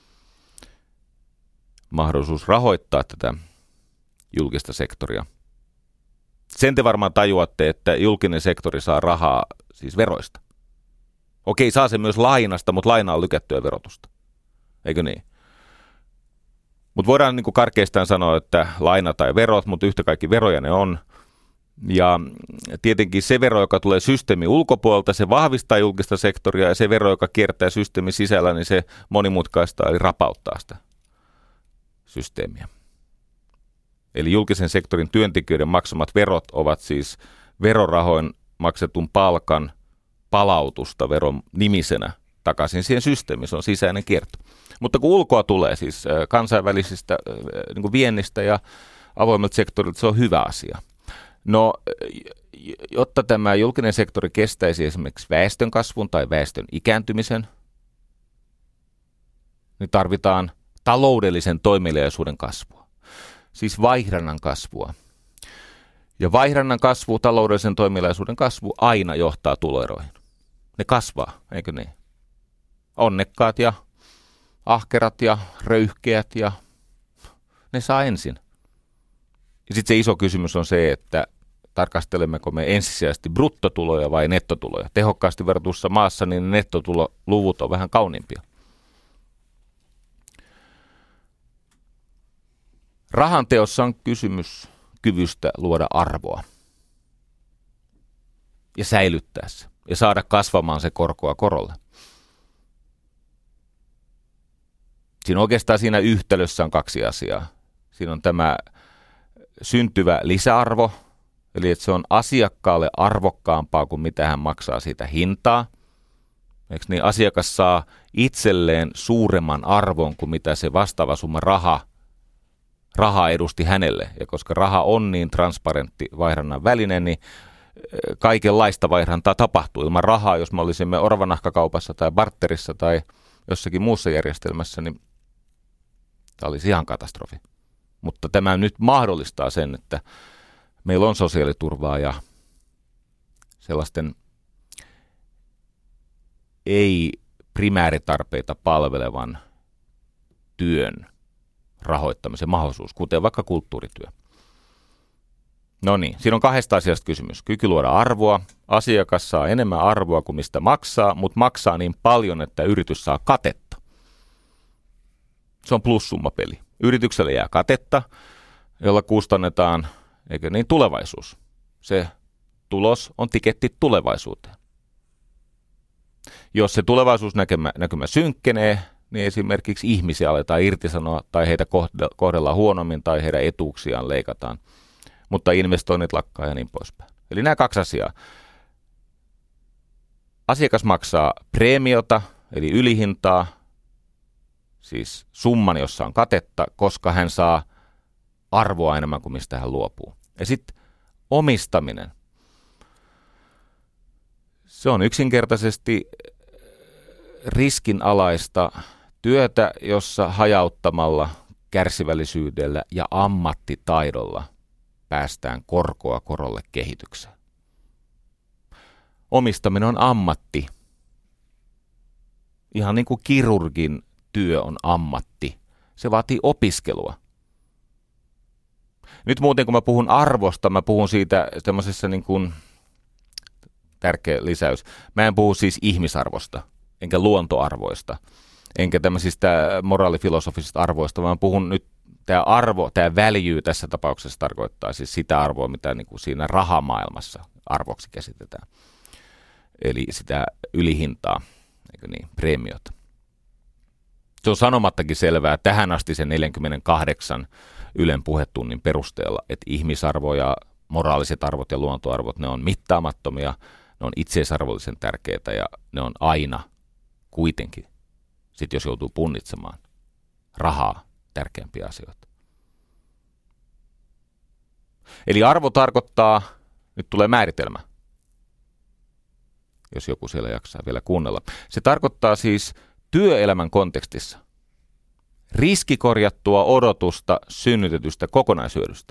mahdollisuus rahoittaa tätä julkista sektoria. Sen te varmaan tajuatte, että julkinen sektori saa rahaa siis veroista. Okei, saa se myös lainasta, mutta laina on lykättyä verotusta. Eikö niin? Mutta voidaan niin kuin karkeastaan sanoa, että laina tai verot, mutta yhtä kaikki veroja ne on. Ja tietenkin se vero, joka tulee systeemin ulkopuolelta, se vahvistaa julkista sektoria, ja se vero, joka kiertää systeemin sisällä, niin se monimutkaistaa eli rapauttaa sitä systeemiä. Eli julkisen sektorin työntekijöiden maksamat verot ovat siis verorahoin maksetun palkan palautusta veron nimisenä takaisin siihen systeemiin. Se on sisäinen kierto. Mutta kun ulkoa tulee siis kansainvälisistä niin kuin viennistä ja avoimelta sektorilta, se on hyvä asia. No, jotta tämä julkinen sektori kestäisi esimerkiksi väestön kasvun tai väestön ikääntymisen, niin tarvitaan taloudellisen toimeliaisuuden kasvua. Siis vaihdannan kasvua. Ja vaihdannan kasvu, taloudellisen toimeliaisuuden kasvu aina johtaa tuloeroihin. Ne kasvaa, eikö niin? Onnekkaat ja ahkerat ja röyhkeät ja ne saa ensin. Ja sitten se iso kysymys on se, että tarkastelemmeko me ensisijaisesti bruttotuloja vai nettotuloja. Tehokkaasti verratussa maassa niin nettotuloluvut on vähän kauniimpia. Rahanteossa on kysymys kyvystä luoda arvoa ja säilyttää se ja saada kasvamaan se korkoa korolle. Siinä oikeastaan siinä yhtälössä on kaksi asiaa. Siinä on tämä syntyvä lisäarvo, eli että se on asiakkaalle arvokkaampaa kuin mitä hän maksaa siitä hintaa. Eikö niin? Asiakas saa itselleen suuremman arvon kuin mitä se vastaava summa raha, raha edusti hänelle. Ja koska raha on niin transparentti vaihdannan väline, niin kaikenlaista vaihdantaa tapahtuu. Ilman rahaa, jos me olisimme orvanahkakaupassa tai barterissa tai jossakin muussa järjestelmässä, niin tämä olisi ihan katastrofi. Mutta tämä nyt mahdollistaa sen, että meillä on sosiaaliturvaa ja sellaisten ei-primääritarpeita palvelevan työn rahoittamisen mahdollisuus, kuten vaikka kulttuurityö. No niin, siinä on kahdesta asiasta kysymys. Kyky luoda arvoa. Asiakas saa enemmän arvoa kuin mistä maksaa, mutta maksaa niin paljon, että yritys saa katetta. Se on plussummapeli. Yritykselle jää katetta, jolla kustannetaan, eikö niin, tulevaisuus. Se tulos on tiketti tulevaisuuteen. Jos se tulevaisuusnäkymä näkymä synkkenee, niin esimerkiksi ihmisiä aletaan irtisanoa tai heitä kohdellaan huonommin tai heidän etuuksiaan leikataan, mutta investoinnit lakkaa ja niin poispäin. Eli nämä kaksi asiaa. Asiakas maksaa preemiota, eli ylihintaa, siis summan, jossa on katetta, koska hän saa arvoa enemmän kuin mistä hän luopuu. Ja sitten omistaminen. Se on yksinkertaisesti riskinalaista työtä, jossa hajauttamalla, kärsivällisyydellä ja ammattitaidolla päästään korkoa korolle kehitykseen. Omistaminen on ammatti. Ihan niin kuin kirurgin työ on ammatti. Se vaatii opiskelua. Nyt muuten kun mä puhun arvosta, mä puhun siitä tämmöisessä niin kuin tärkeä lisäys. Mä en puhu siis ihmisarvosta, enkä luontoarvoista, enkä tämmöisistä moraalifilosofisista arvoista, vaan puhun nyt, tämä arvo, tämä value tässä tapauksessa tarkoittaa siis sitä arvoa, mitä niin kuin siinä rahamaailmassa arvoksi käsitetään. Eli sitä ylihintaa, eikö niin, preemiota. Se on sanomattakin selvää tähän asti sen neljänkymmenenkahdeksan Ylen puhetunnin perusteella, että ihmisarvo ja moraaliset arvot ja luontoarvot, ne on mittaamattomia, ne on itseisarvollisen tärkeitä ja ne on aina kuitenkin, sit jos joutuu punnitsemaan rahaa tärkeämpiä asioita. Eli arvo tarkoittaa, nyt tulee määritelmä, jos joku siellä jaksaa vielä kuunnella. Se tarkoittaa siis työelämän kontekstissa riskikorjattua odotusta synnytetystä kokonaishyödystä.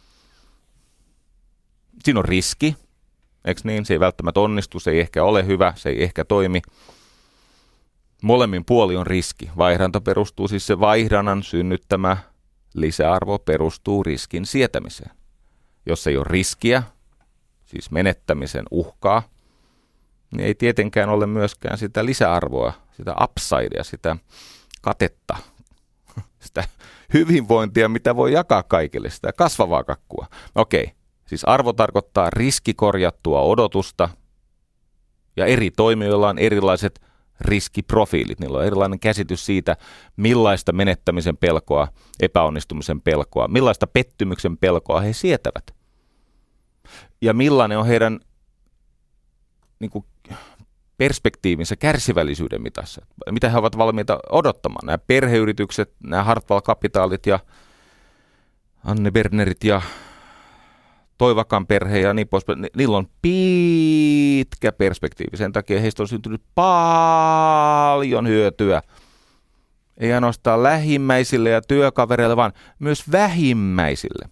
Siinä on riski, eikö niin? Se ei välttämättä onnistu, se ei ehkä ole hyvä, se ei ehkä toimi. Molemmin puoli on riski. Vaihdanta perustuu siis se vaihdannan synnyttämä lisäarvo perustuu riskin sietämiseen. Jos ei ole riskiä, siis menettämisen uhkaa, niin ei tietenkään ole myöskään sitä lisäarvoa, sitä upsidea, sitä katetta, sitä hyvinvointia, mitä voi jakaa kaikille, sitä kasvavaa kakkua. Okei, siis arvo tarkoittaa riskikorjattua odotusta ja eri toimijoilla on erilaiset riskiprofiilit. Niillä on erilainen käsitys siitä, millaista menettämisen pelkoa, epäonnistumisen pelkoa, millaista pettymyksen pelkoa he sietävät. Ja millainen on heidän niin kuin, perspektiivinsä kärsivällisyyden mitassa. Mitä he ovat valmiita odottamaan. Nämä perheyritykset, nämä Hartwall-kapitaalit ja Anne Bernerit ja Toivakan perhe ja niin poispäin. Niillä on pitkä perspektiivi. Sen takia heistä on syntynyt paljon hyötyä. Ei ainoastaan lähimmäisille ja työkavereille, vaan myös vähimmäisille.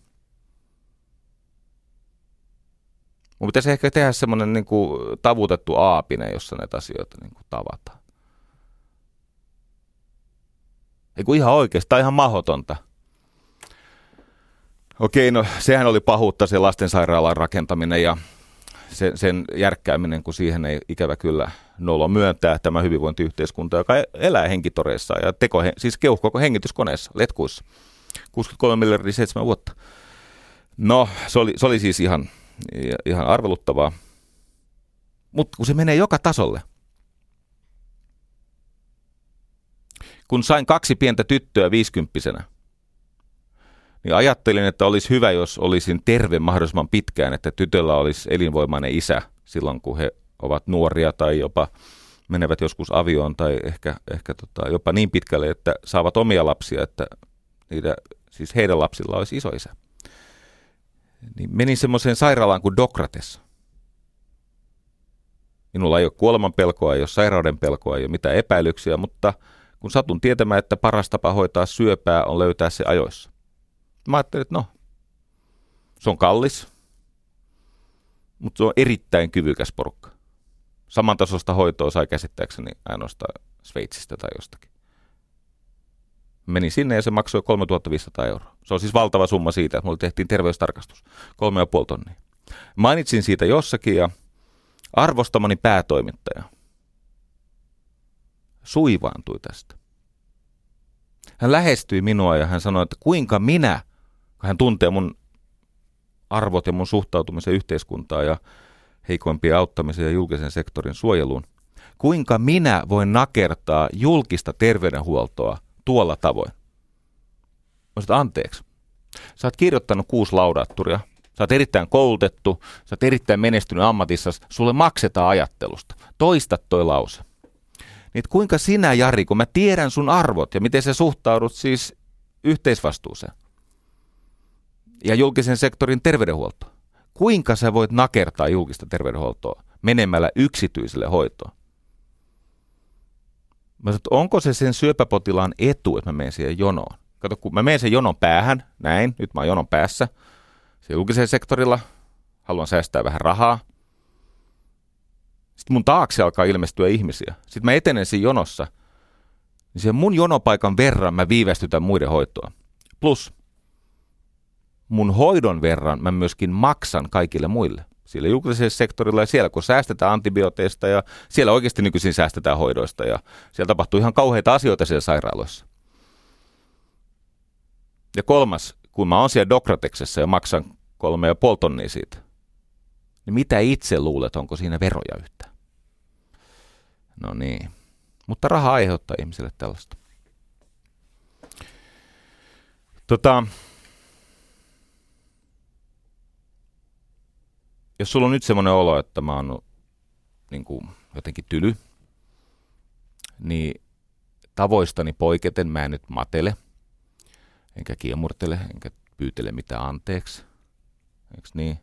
Mun pitäisi ehkä tehdä semmoinen niin kuin tavutettu aapine, jossa näitä asioita niin kuin tavataan. Ei kun ihan oikeasti, tämä on ihan mahdotonta. Okei, no sehän oli pahuutta se lastensairaalan rakentaminen ja sen, sen järkkääminen, kun siihen ei ikävä kyllä nolo myöntää tämä hyvinvointiyhteiskunta, joka elää henkitoreissa ja teko, siis keuhkoko hengityskoneessa, letkuissa. kuusikymmentäkolme miljardia seitsemän vuotta. No, se oli, se oli siis ihan, ihan arveluttavaa. Mutta kun se menee joka tasolle. Kun sain kaksi pientä tyttöä viisikymppisenä, niin ajattelin, että olisi hyvä, jos olisin terve mahdollisimman pitkään, että tytöllä olisi elinvoimainen isä silloin, kun he ovat nuoria tai jopa menevät joskus avioon tai ehkä, ehkä tota, jopa niin pitkälle, että saavat omia lapsia, että niitä, siis heidän lapsilla olisi isoisä. Niin menin semmoiseen sairaalaan kuin Dokrates. Minulla ei ole kuoleman pelkoa, ei ole sairauden pelkoa, ei ole mitään epäilyksiä, mutta kun satun tietämään, että paras tapa hoitaa syöpää on löytää se ajoissa. Mä ajattelin, että no, se on kallis, mutta se on erittäin kyvykäs porukka. Samantasoista hoitoa sai käsittääkseni ainoastaan Sveitsistä tai jostakin. Menin sinne ja se maksoi kolmetuhattaviisisataa euroa. Se on siis valtava summa siitä, että mulle tehtiin terveystarkastus. Kolme ja puoli tonnia. Mainitsin siitä jossakin ja arvostamani päätoimittaja suivaantui tästä. Hän lähestyi minua ja hän sanoi, että kuinka minä, kun hän tuntee mun arvot ja mun suhtautumisen yhteiskuntaan ja heikoimpien auttamiseen ja julkisen sektorin suojeluun, kuinka minä voin nakertaa julkista terveydenhuoltoa tuolla tavoin. Mä sanoin, anteeksi. Sä oot kirjoittanut kuusi laudaatturia, sä oot erittäin koulutettu, sä oot erittäin menestynyt ammatissasi, sulle maksetaan ajattelusta. Toista toi lause. Niin kuinka sinä, Jari, kun mä tiedän sun arvot ja miten sä suhtaudut siis yhteisvastuuseen ja julkisen sektorin terveydenhuoltoon, kuinka sä voit nakertaa julkista terveydenhuoltoa menemällä yksityiselle hoitoon? Mä sanoin, että onko se sen syöpäpotilaan etu, että mä menen siihen jonoon? Kato, kun mä menen sen jonon päähän, näin, nyt mä oon jonon päässä, se julkisella sektorilla, haluan säästää vähän rahaa. Sitten mun taakse alkaa ilmestyä ihmisiä. Sitten mä etenen siinä jonossa, niin sen mun jonopaikan verran mä viivästytän muiden hoitoa. Plus mun hoidon verran mä myöskin maksan kaikille muille. Siellä julkisella sektorilla ja siellä, kun säästetään antibiooteista ja siellä oikeasti nykyisin säästetään hoidoista ja siellä tapahtuu ihan kauheita asioita siellä sairaaloissa. Ja kolmas, kun mä oon siellä Dokrateksessa ja maksan kolme ja puoli tonnia siitä, niin mitä itse luulet, onko siinä veroja yhtään? No niin, mutta raha aiheuttaa ihmisille tällaista. Tota, jos sulla on nyt semmoinen olo, että mä oon niin kuin jotenkin tyly, niin tavoistani poiketen mä en nyt matele, enkä kiemurtele, enkä pyytele mitään anteeksi. Eikö niin?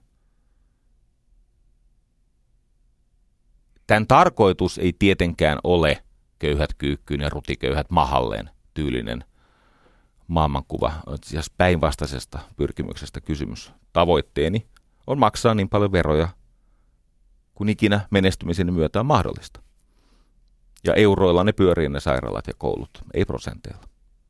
Tämän tarkoitus ei tietenkään ole köyhät kyykkyyn ja rutiköyhät mahalleen tyylinen maailmankuva. Siis päinvastaisesta pyrkimyksestä kysymys. Tavoitteeni on maksaa niin paljon veroja, kun ikinä menestymisen myötä on mahdollista. Ja euroilla ne pyörii ne sairaalat ja koulut, ei prosenteilla.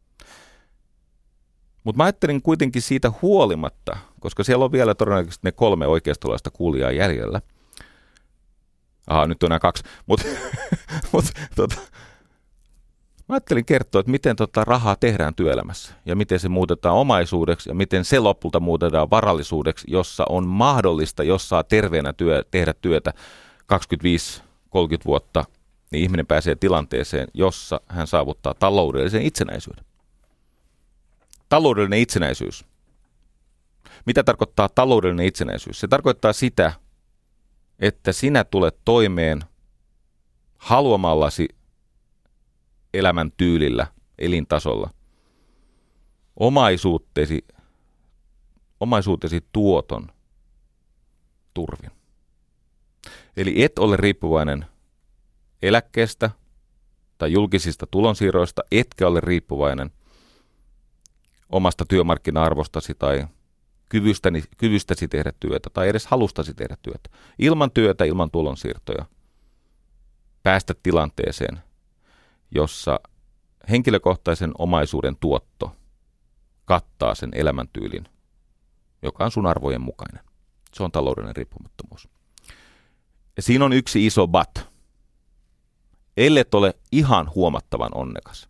Mutta mä ajattelin kuitenkin siitä huolimatta, koska siellä on vielä todennäköisesti ne kolme oikeistolaista kuulijaa jäljellä. Aha, nyt on enää kaksi. Mutta mut, tota, mä ajattelin kertoa, että miten tota rahaa tehdään työelämässä ja miten se muutetaan omaisuudeksi ja miten se lopulta muutetaan varallisuudeksi, jossa on mahdollista, jos saa terveenä työ, tehdä työtä kaksikymmentäviisi kolmekymmentä vuotta, niin ihminen pääsee tilanteeseen, jossa hän saavuttaa taloudellisen itsenäisyyden. Taloudellinen itsenäisyys. Mitä tarkoittaa taloudellinen itsenäisyys? Se tarkoittaa sitä, että sinä tulet toimeen haluamallasi elämäntyylillä, elintasolla, omaisuutesi, omaisuutesi tuoton turvin. Eli et ole riippuvainen eläkkeestä tai julkisista tulonsiirroista, etkä ole riippuvainen omasta työmarkkina-arvostasi tai kyvystäni, kyvystäsi tehdä työtä tai edes halustasi tehdä työtä. Ilman työtä, ilman tulonsiirtoja päästä tilanteeseen, jossa henkilökohtaisen omaisuuden tuotto kattaa sen elämäntyylin, joka on sun arvojen mukainen. Se on taloudellinen riippumattomuus. Ja siinä on yksi iso but. Ellet ole ihan huomattavan onnekas.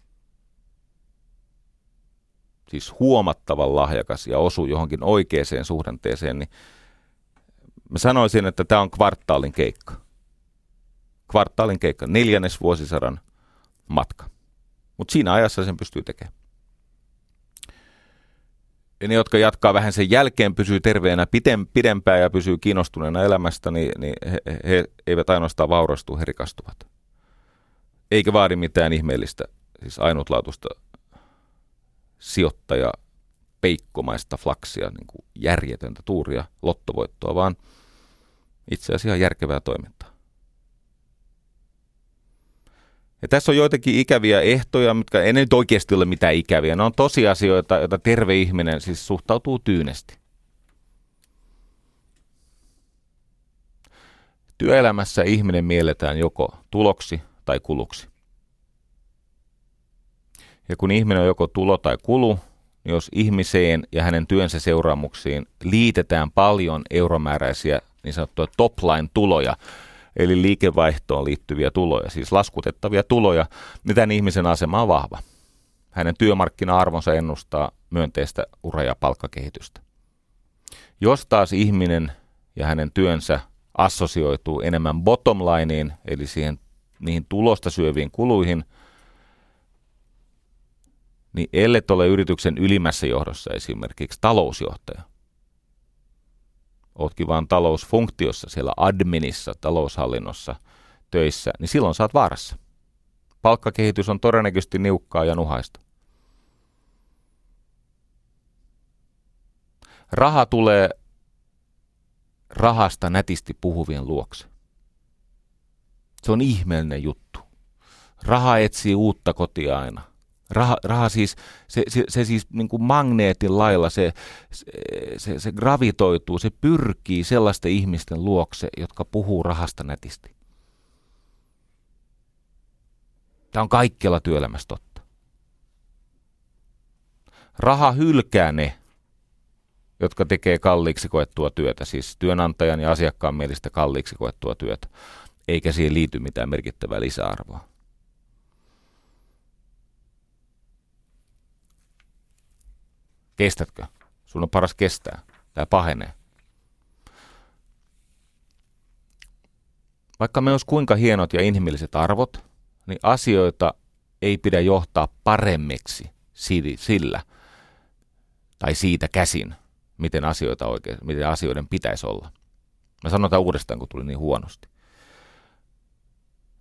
Siis huomattavan lahjakas ja osu johonkin oikeaan suhdanteeseen, niin mä sanoisin, että tämä on kvartaalin keikka. Kvartaalin keikka, neljännes vuosisadan matka. Mutta siinä ajassa sen pystyy tekemään. Ja ne, jotka jatkaa vähän sen jälkeen, pysyy terveenä pidempään ja pysyy kiinnostuneena elämästä, niin, niin he, he eivät ainoastaan vaurastu, he rikastuvat. Eikä vaadi mitään ihmeellistä, siis ainutlaatuista sijoittaja peikkomaista flaksia, niin kuin järjetöntä tuuria, lottovoittoa, vaan itse asiassa ihan järkevää toimintaa. Ja tässä on joitakin ikäviä ehtoja, mitkä ei nyt oikeasti ole mitään ikäviä. Ne on tosiasioita, joita terve ihminen siis suhtautuu tyynesti. Työelämässä ihminen mielletään joko tuloksi tai kuluksi. Ja kun ihminen on joko tulo tai kulu, niin jos ihmiseen ja hänen työnsä seuraamuksiin liitetään paljon euromääräisiä niin sanottuja top-line-tuloja, eli liikevaihtoon liittyviä tuloja, siis laskutettavia tuloja, niin tämän ihmisen asema on vahva. Hänen työmarkkina-arvonsa ennustaa myönteistä ura- ja palkkakehitystä. Jos taas ihminen ja hänen työnsä assosioituu enemmän bottom lineen, eli siihen, niihin tulosta syöviin kuluihin, niin ellet ole yrityksen ylimmässä johdossa esimerkiksi talousjohtaja. Ootkin vaan talousfunktiossa, siellä adminissa, taloushallinnossa töissä, niin silloin saat vaarassa. Palkkakehitys on todennäköisesti niukkaa ja nuhaista. Raha tulee rahasta nätisti puhuvien luokse. Se on ihmeellinen juttu. Raha etsii uutta kotia aina. Raha, raha siis, se, se, se siis niin kuin magneetin lailla, se, se, se gravitoituu, se pyrkii sellaisten ihmisten luokse, jotka puhuu rahasta nätisti. Tämä on kaikkialla työelämässä totta. Raha hylkää ne, jotka tekee kalliiksi koettua työtä, siis työnantajan ja asiakkaan mielestä kalliiksi koettua työtä, eikä siihen liity mitään merkittävää lisäarvoa. Kestätkö? Sun on paras kestää. Tämä pahenee. Vaikka me olisi kuinka hienot ja inhimilliset arvot, niin asioita ei pidä johtaa paremmiksi sillä tai siitä käsin, miten, asioita oikein, miten asioiden pitäisi olla. Mä sanon tämän uudestaan, kun tuli niin huonosti.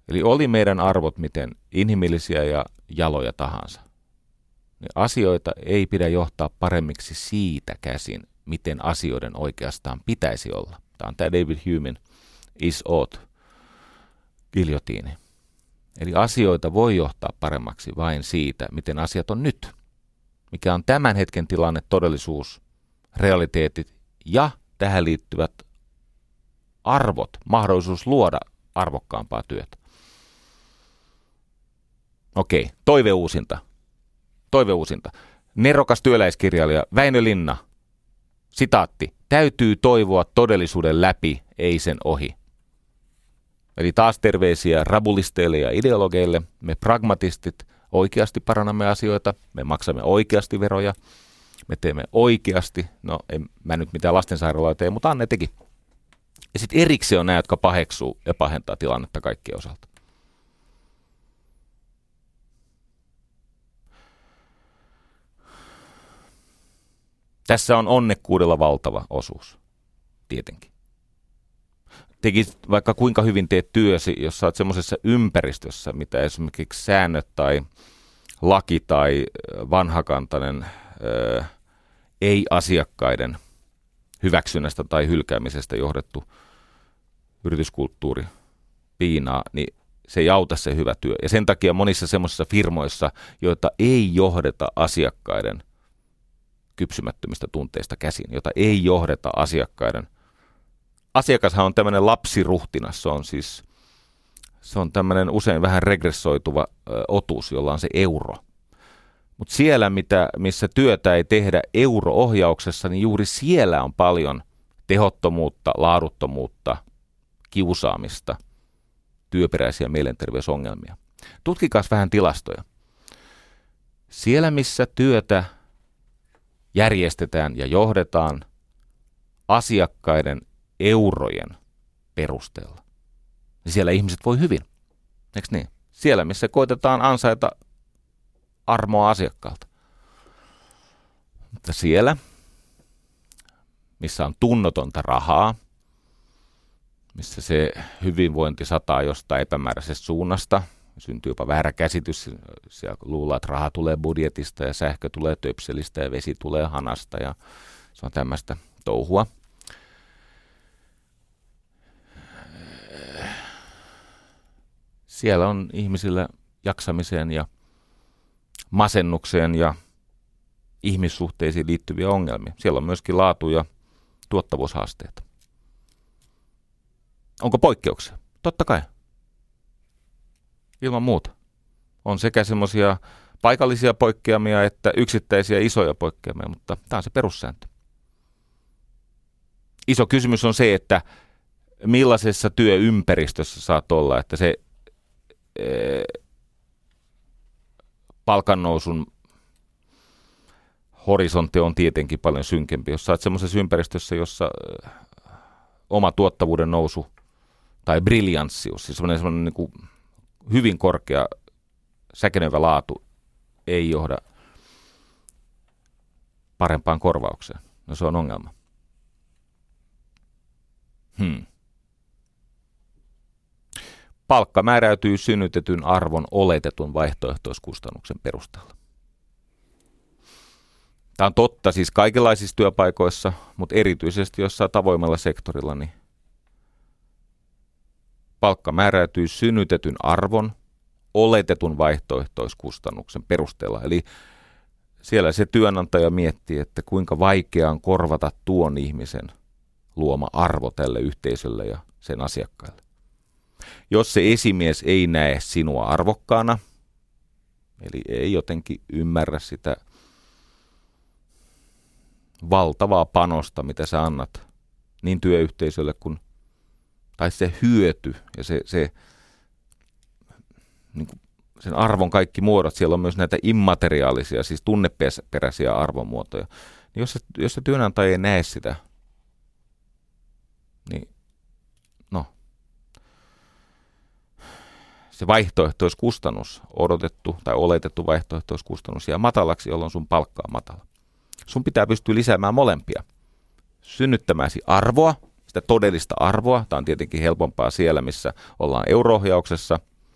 Eli oli meidän arvot miten inhimillisiä ja jaloja tahansa, niin asioita ei pidä johtaa paremmiksi siitä käsin, miten asioiden oikeastaan pitäisi olla. Tämä on tämä David Humen is ought giljotiini. Eli asioita voi johtaa paremmaksi vain siitä, miten asiat on nyt. Mikä on tämän hetken tilanne, todellisuus, realiteetit ja tähän liittyvät arvot, mahdollisuus luoda arvokkaampaa työtä. Okei, toiveuusinta. Toiveuusinta. Nerokas työläiskirjailija Väinö Linna. Sitaatti. Täytyy toivoa todellisuuden läpi, ei sen ohi. Eli taas terveisiä rabulisteille ja ideologeille. Me pragmatistit oikeasti parannamme asioita. Me maksamme oikeasti veroja. Me teemme oikeasti. No, en mä nyt mitään lastensairaalaa tee, mutta Anne teki. Ja sitten erikseen on nämä, jotka paheksuu ja pahentaa tilannetta kaikkien osalta. Tässä on onnekkuudella valtava osuus, tietenkin. Tekisit vaikka kuinka hyvin teet työsi, jos sä oot semmoisessa ympäristössä, mitä esimerkiksi säännöt tai laki tai vanhakantainen ö, ei-asiakkaiden hyväksynnästä tai hylkäämisestä johdettu yrityskulttuuri piinaa, niin se ei auta se hyvä työ. Ja sen takia monissa semmoisissa firmoissa, joita ei johdeta asiakkaiden kypsymättömistä tunteista käsin, jota ei johdeta asiakkaiden. Asiakashan on tämmöinen lapsiruhtinas, se on siis se on tämmöinen usein vähän regressoituva ö, otus, jolla on se euro. Mutta siellä, mitä, missä työtä ei tehdä euro-ohjauksessa, niin juuri siellä on paljon tehottomuutta, laaduttomuutta, kiusaamista, työperäisiä mielenterveysongelmia. Tutkikaas vähän tilastoja. Siellä, missä työtä järjestetään ja johdetaan asiakkaiden eurojen perusteella, niin siellä ihmiset voi hyvin. Eikö niin? Siellä, missä koitetaan ansaita armoa asiakkaalta. Mutta siellä, missä on tunnotonta rahaa, missä se hyvinvointi sataa jostain epämääräisestä suunnasta, syntyy jopa väärä käsitys, siellä luullaan, että raha tulee budjetista ja sähkö tulee töpselistä ja vesi tulee hanasta ja se on tämmöistä touhua. Siellä on ihmisillä jaksamiseen ja masennukseen ja ihmissuhteisiin liittyviä ongelmia. Siellä on myöskin laatu- ja tuottavuushaasteita. Onko poikkeuksia? Totta kai. Ilman muuta. On sekä semmoisia paikallisia poikkeamia että yksittäisiä isoja poikkeamia, mutta tämä on se perussääntö. Iso kysymys on se, että millaisessa työympäristössä saat olla, että se ee, palkannousun horisontti on tietenkin paljon synkempi. Jos sä oot semmoisessa ympäristössä, jossa ee, oma tuottavuuden nousu tai briljanssius, siis semmoinen, semmoinen niin kuin hyvin korkea säkenevä laatu ei johda parempaan korvaukseen. No se on ongelma. Hmm. Palkka määräytyy synnytetyn arvon oletetun vaihtoehtoiskustannuksen perusteella. Tämä on totta siis kaikenlaisissa työpaikoissa, mutta erityisesti jossain avoimella sektorilla, niin palkka määräytyy synnytetyn arvon oletetun vaihtoehtoiskustannuksen perusteella. Eli siellä se työnantaja miettii, että kuinka vaikeaa on korvata tuon ihmisen luoma arvo tälle yhteisölle ja sen asiakkaille. Jos se esimies ei näe sinua arvokkaana, eli ei jotenkin ymmärrä sitä valtavaa panosta, mitä sä annat niin työyhteisölle kuin, tai se hyöty ja se, se niin kuin sen arvon kaikki muodot, siellä on myös näitä immateriaalisia, siis tunneperäisiä arvonmuotoja. Niin jos, se, jos se työnantaja ei näe sitä, niin no, se vaihtoehtoiskustannus, odotettu tai oletettu vaihtoehtoiskustannus jää matalaksi, jolloin sun palkka on matala. Sun pitää pystyä lisäämään molempia. Synnyttämäsi arvoa, sitä todellista arvoa. Tämä on tietenkin helpompaa siellä, missä ollaan euro-ohjauksessa.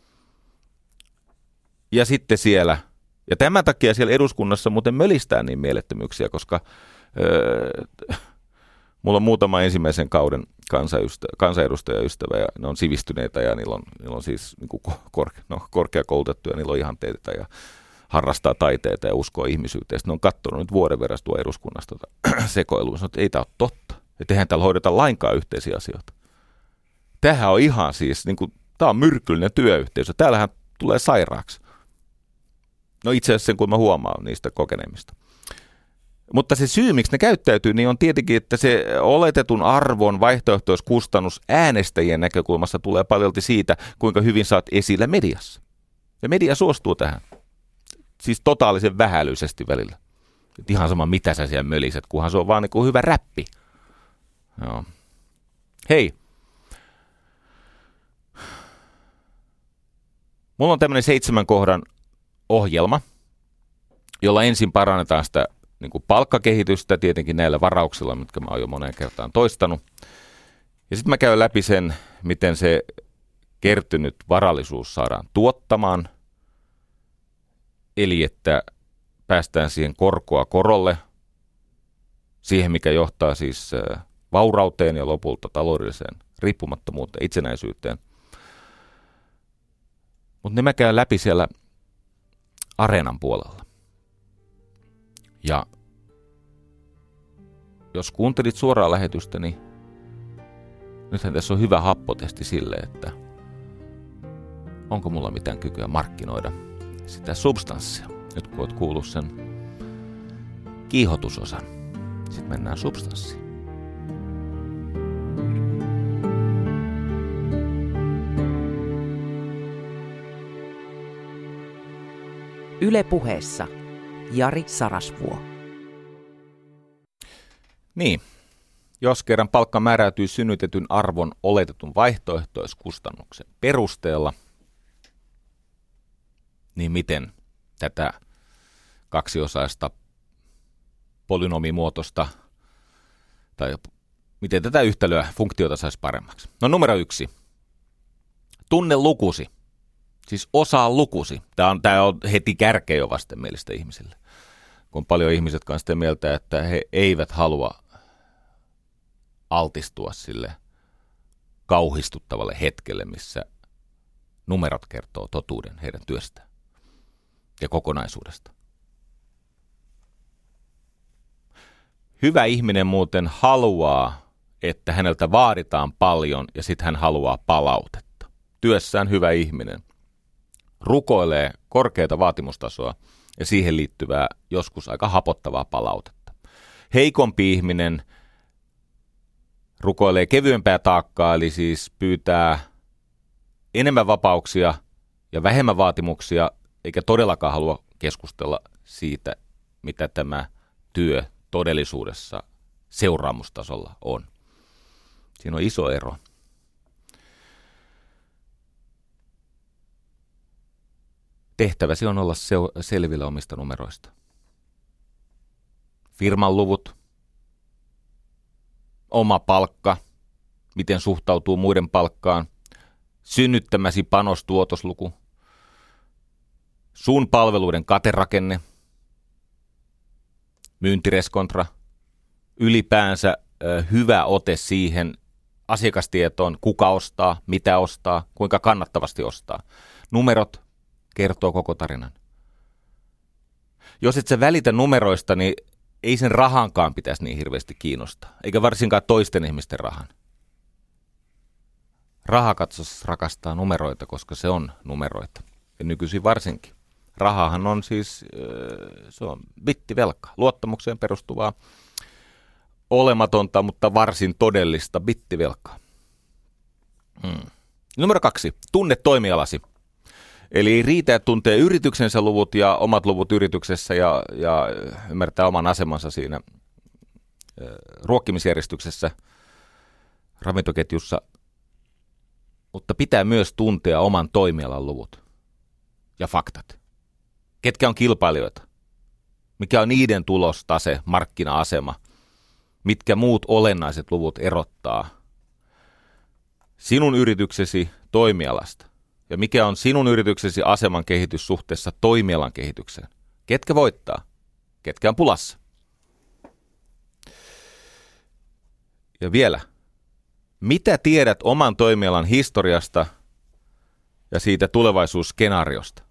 Ja sitten siellä, ja tämän takia siellä eduskunnassa muuten mölistää niin mielettömyyksiä, koska öö, mulla on muutama ensimmäisen kauden kansanedustajaystävä, ja ne on sivistyneitä, ja niillä on, niillä on siis niin kuin korke, no, korkeakoulutettuja, niillä on ihanteita, ja harrastaa taiteita ja uskoo ihmisyyteen. Sitten ne on katsonut nyt vuoden verran tuo eduskunnasta tuota sekoilua, sanoo, että ei tämä ole totta, että eihän täällä hoideta lainkaan yhteisiä asioita. Tämähän on ihan siis, niin kuin, tämä on myrkyllinen työyhteisö, täällähän tulee sairaaksi. No itse asiassa sen, kun mä huomaan niistä kokeneemmista. Mutta se syy, miksi ne käyttäytyy, niin on tietenkin, että se oletetun arvon vaihtoehtoiskustannus äänestäjien näkökulmassa tulee paljolti siitä, kuinka hyvin sä oot esillä mediassa. Ja media suostuu tähän. Siis totaalisen vähäilyisesti välillä. Et ihan sama, mitä sä siellä möliset, kunhan se on vaan niin kuin hyvä räppi. Joo. Hei. Mulla on tämmöinen seitsemän kohdan ohjelma, jolla ensin parannetaan sitä niin kuin palkkakehitystä tietenkin näillä varauksilla, mitkä mä oon jo moneen kertaan toistanut. Ja sitten mä käyn läpi sen, miten se kertynyt varallisuus saadaan tuottamaan. Eli että päästään siihen korkoa korolle, siihen mikä johtaa siis vaurauteen ja lopulta taloudelliseen riippumattomuuteen, itsenäisyyteen. Mutta ne mä käyn läpi siellä Areenan puolella. Ja jos kuuntelit suoraa lähetystä, niin nythän tässä on hyvä happotesti sille, että onko mulla mitään kykyä markkinoida sitä substanssia. Nyt kun olet kuullut sen kiihotusosan, sitten mennään substanssiin. Yle Puheessa Jari Sarasvuo. Niin, jos kerran palkka määräytyy synnytetyn arvon oletetun vaihtoehtoiskustannuksen perusteella, niin miten tätä kaksiosaista polynomimuotoista tai miten tätä yhtälöä, funktiota saisi paremmaksi? No numero yksi. Tunne lukusi. Siis osaa lukusi. Tämä on, tämä on heti kärkeä jo vastenmielistä ihmisille. Kun on paljon ihmiset kanssa sitä mieltä, että he eivät halua altistua sille kauhistuttavalle hetkelle, missä numerot kertoo totuuden heidän työstään ja kokonaisuudesta. Hyvä ihminen muuten haluaa, että häneltä vaaditaan paljon ja sitten hän haluaa palautetta. Työssään hyvä ihminen rukoilee korkeata vaatimustasoa ja siihen liittyvää joskus aika hapottavaa palautetta. Heikompi ihminen rukoilee kevyempää taakkaa, eli siis pyytää enemmän vapauksia ja vähemmän vaatimuksia, eikä todellakaan halua keskustella siitä, mitä tämä työ todellisuudessa seuraamustasolla on. Siinä on iso ero. Tehtäväsi on olla selvillä omista numeroista. Firman luvut, oma palkka, miten suhtautuu muiden palkkaan, synnyttämäsi panostuotosluku, sun palveluiden katerakenne, myyntireskontra, ylipäänsä ö, hyvä ote siihen asiakastietoon, kuka ostaa, mitä ostaa, kuinka kannattavasti ostaa. Numerot kertoo koko tarinan. Jos et sä välitä numeroista, niin ei sen rahankaan pitäisi niin hirveästi kiinnostaa, eikä varsinkaan toisten ihmisten rahan. Rahakatsos rakastaa numeroita, koska se on numeroita. Ja nykyisin varsinkin. Rahahan on siis, se on bittivelkaa, luottamukseen perustuvaa, olematonta, mutta varsin todellista bittivelkaa. Hmm. Numero kaksi, tunne toimialasi. Eli ei riitä, että tuntee yrityksensä luvut ja omat luvut yrityksessä ja, ja ymmärtää oman asemansa siinä ruokkimisjärjestyksessä, ravintoketjussa, mutta pitää myös tuntea oman toimialan luvut ja faktat. Ketkä on kilpailijoita? Mikä on niiden tulostase, markkina-asema? Mitkä muut olennaiset luvut erottaa sinun yrityksesi toimialasta? Ja mikä on sinun yrityksesi aseman kehitys suhteessa toimialan kehitykseen? Ketkä voittaa? Ketkä on pulassa? Ja vielä, mitä tiedät oman toimialan historiasta ja siitä tulevaisuusskenaariosta?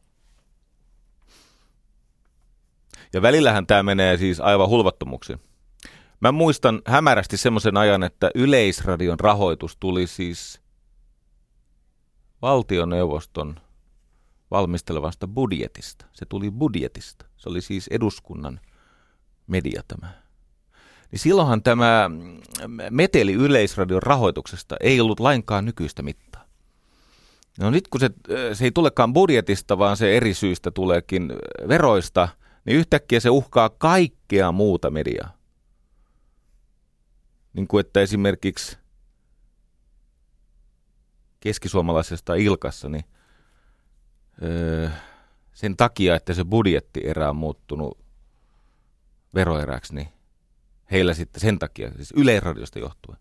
Ja välillähän tämä menee siis aivan hulvattomuksiin. Mä muistan hämärästi semmoisen ajan, että Yleisradion rahoitus tuli siis valtioneuvoston valmistelevasta budjetista. Se tuli budjetista. Se oli siis eduskunnan media tämä. Niin silloinhan tämä meteli Yleisradion rahoituksesta ei ollut lainkaan nykyistä mittaa. No nyt kun se, se ei tulekaan budjetista, vaan se eri syystä tuleekin veroista, niin yhtäkkiä se uhkaa kaikkea muuta mediaa. Niin kuin että esimerkiksi keskisuomalaisesta Ilkassa, niin öö, sen takia, että se budjettierä on muuttunut veroeräksi, niin heillä sitten sen takia, siis Yleisradiosta johtuen,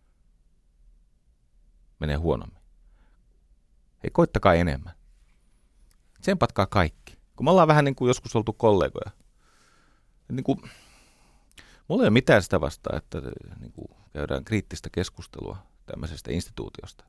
menee huonommin. Hei, koittakaa enemmän. Tsempatkaa kaikki. Kun me ollaan vähän niin kuin joskus oltu kollegoja. Niin kuin, mulla ei ole mitään sitä vastaa, että niin kuin käydään kriittistä keskustelua tämmöisestä instituutiosta.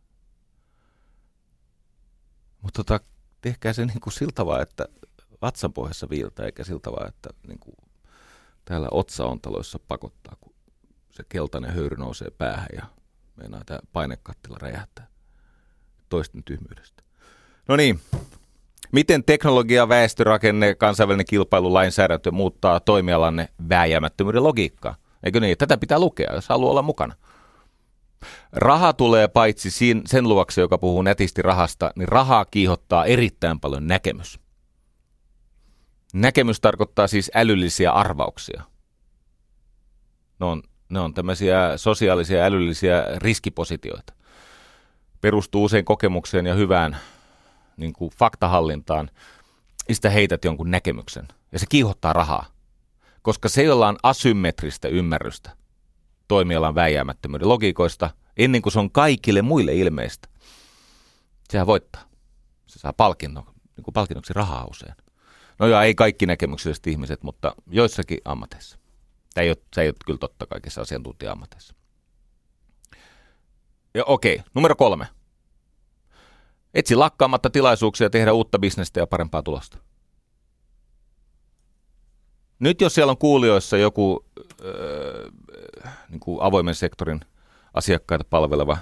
Mutta tota, tehkää se niin kuin siltä vaan, että vatsan pohjassa viiltää, eikä siltä vaan, että niin kuin täällä otsaontaloissa pakottaa, kun se keltainen höyry nousee päähän ja meinaa tämä painekattila räjähtää toisten tyhmyydestä. No niin, miten teknologia, väestörakenne, kansainvälinen kilpailu, lainsäädäntö muuttaa toimialanne vääjäämättömyyden logiikkaa? Eikö niin? Tätä pitää lukea, jos haluaa olla mukana. Raha tulee paitsi sen luokse, joka puhuu nätisti rahasta, niin rahaa kiihottaa erittäin paljon näkemys. Näkemys tarkoittaa siis älyllisiä arvauksia. Ne on, ne on tämmöisiä sosiaalisia älyllisiä riskipositioita. Perustuu usein kokemukseen ja hyvään niin kuin faktahallintaan. Ja sitä heität jonkun näkemyksen. Ja se kiihottaa rahaa. Koska se, jolla on asymmetristä ymmärrystä toimialan vääjäämättömyyden logiikoista, ennen kuin se on kaikille muille ilmeistä, sehän voittaa. Se saa palkinnon, niin kuin palkinnoksi rahaa usein. No joo, ei kaikki näkemykselliset ihmiset, mutta joissakin ammateissa. Tämä ei ole, se ei ole kyllä totta kaikissa asiantuntija-ammateissa. Ja okei, numero kolme. Etsi lakkaamatta tilaisuuksia tehdä uutta bisnestä ja parempaa tulosta. Nyt jos siellä on kuulijoissa joku öö, niin kuin avoimen sektorin asiakkaita palveleva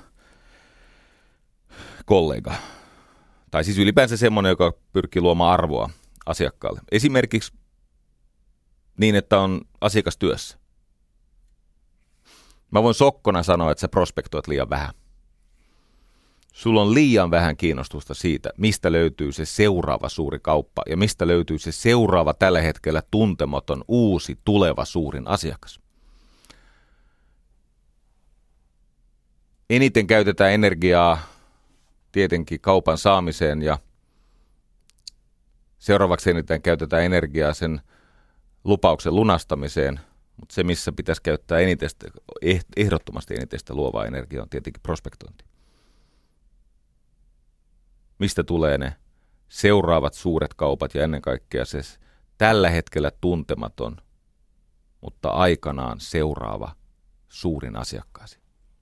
kollega, tai siis ylipäänsä semmoinen, joka pyrkii luomaan arvoa asiakkaalle. Esimerkiksi niin, että on asiakastyössä. Mä voin sokkona sanoa, että sä prospektoit liian vähän. Sulla on liian vähän kiinnostusta siitä, mistä löytyy se seuraava suuri kauppa ja mistä löytyy se seuraava tällä hetkellä tuntematon uusi tuleva suurin asiakas. Eniten käytetään energiaa tietenkin kaupan saamiseen ja seuraavaksi eniten käytetään energiaa sen lupauksen lunastamiseen, mutta se missä pitäisi käyttää enitestä, ehdottomasti enitestä luovaa energiaa on tietenkin prospektointi. Mistä tulee ne seuraavat suuret kaupat ja ennen kaikkea se tällä hetkellä tuntematon, mutta aikanaan seuraava suurin asiakkaasi.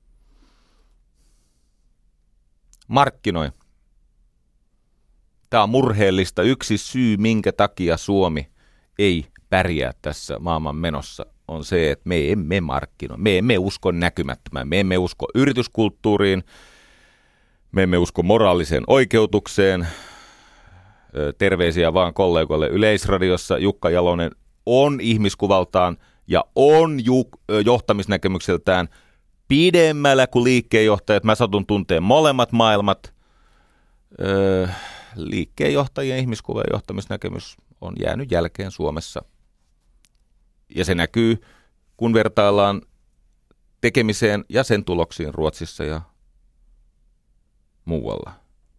Markkinoi. Tämä on murheellista. Yksi syy, minkä takia Suomi ei pärjää tässä maailman menossa, on se, että me emme markkinoi. Me emme usko näkymättömään. Me emme usko yrityskulttuuriin. Me emme usko moraaliseen oikeutukseen. Terveisiä vaan kollegoille Yleisradiossa. Jukka Jalonen on ihmiskuvaltaan ja on johtamisnäkemykseltään pidemmällä kuin liikkeenjohtajat. Mä satun tunteen molemmat maailmat. Öö, liikkeenjohtajien ihmiskuva ja johtamisnäkemys on jäänyt jälkeen Suomessa. Ja se näkyy, kun vertaillaan tekemiseen ja sen tuloksiin Ruotsissa ja muualla.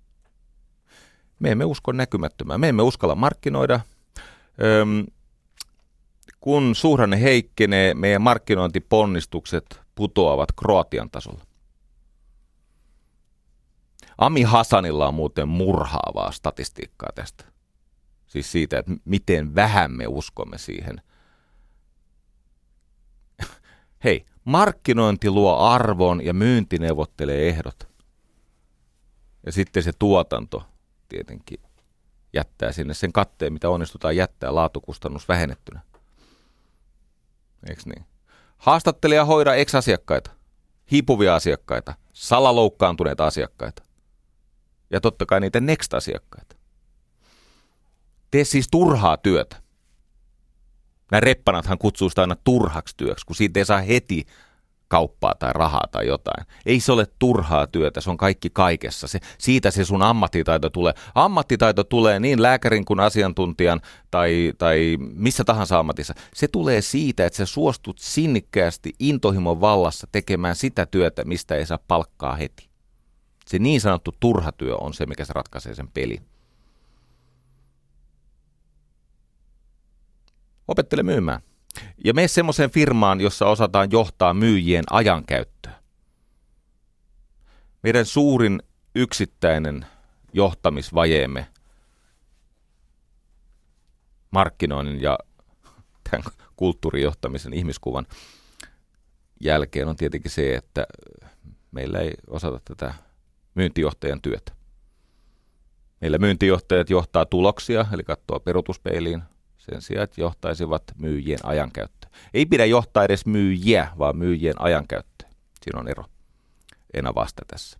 Me emme usko näkymättömään. Me emme uskalla markkinoida. Öm, kun suhdanne heikkenee, meidän markkinointiponnistukset putoavat Kroatian tasolla. Ami Hassanilla on muuten murhaavaa statistiikkaa tästä. Siis siitä, että miten vähän me uskomme siihen. Hei, markkinointi luo arvon ja myynti neuvottelee ehdot. Ja sitten se tuotanto tietenkin jättää sinne sen katteen, mitä onnistutaan jättää laatukustannus vähennettynä. Eiks niin? Haastattelija hoida ex-asiakkaita, hiipuvia asiakkaita, salaloukkaantuneita asiakkaita ja totta kai niitä next-asiakkaita. Tee siis turhaa työtä. Nämä reppanathan kutsuu sitä aina turhaksi työksi, kun siitä ei saa heti kauppaa tai rahaa tai jotain. Ei se ole turhaa työtä, se on kaikki kaikessa. Se, siitä se sun ammattitaito tulee. Ammattitaito tulee niin lääkärin kuin asiantuntijan tai, tai missä tahansa ammatissa. Se tulee siitä, että sä suostut sinnikkäästi intohimon vallassa tekemään sitä työtä, mistä ei saa palkkaa heti. Se niin sanottu turha työ on se, mikä se ratkaisee sen pelin. Opettele myymään. Ja mene semmoiseen firmaan, jossa osataan johtaa myyjien ajankäyttöä. Meidän suurin yksittäinen johtamisvajeemme markkinoinnin ja tämän kulttuurijohtamisen ihmiskuvan jälkeen on tietenkin se, että meillä ei osata tätä myyntijohtajan työtä. Meillä myyntijohtajat johtaa tuloksia, eli katsoo peruutuspeiliin, sen sijaan, että johtaisivat myyjien ajankäyttöä. Ei pidä johtaa edes myyjiä, vaan myyjien ajankäyttöä. Siinä on ero. En avaa sitä tässä.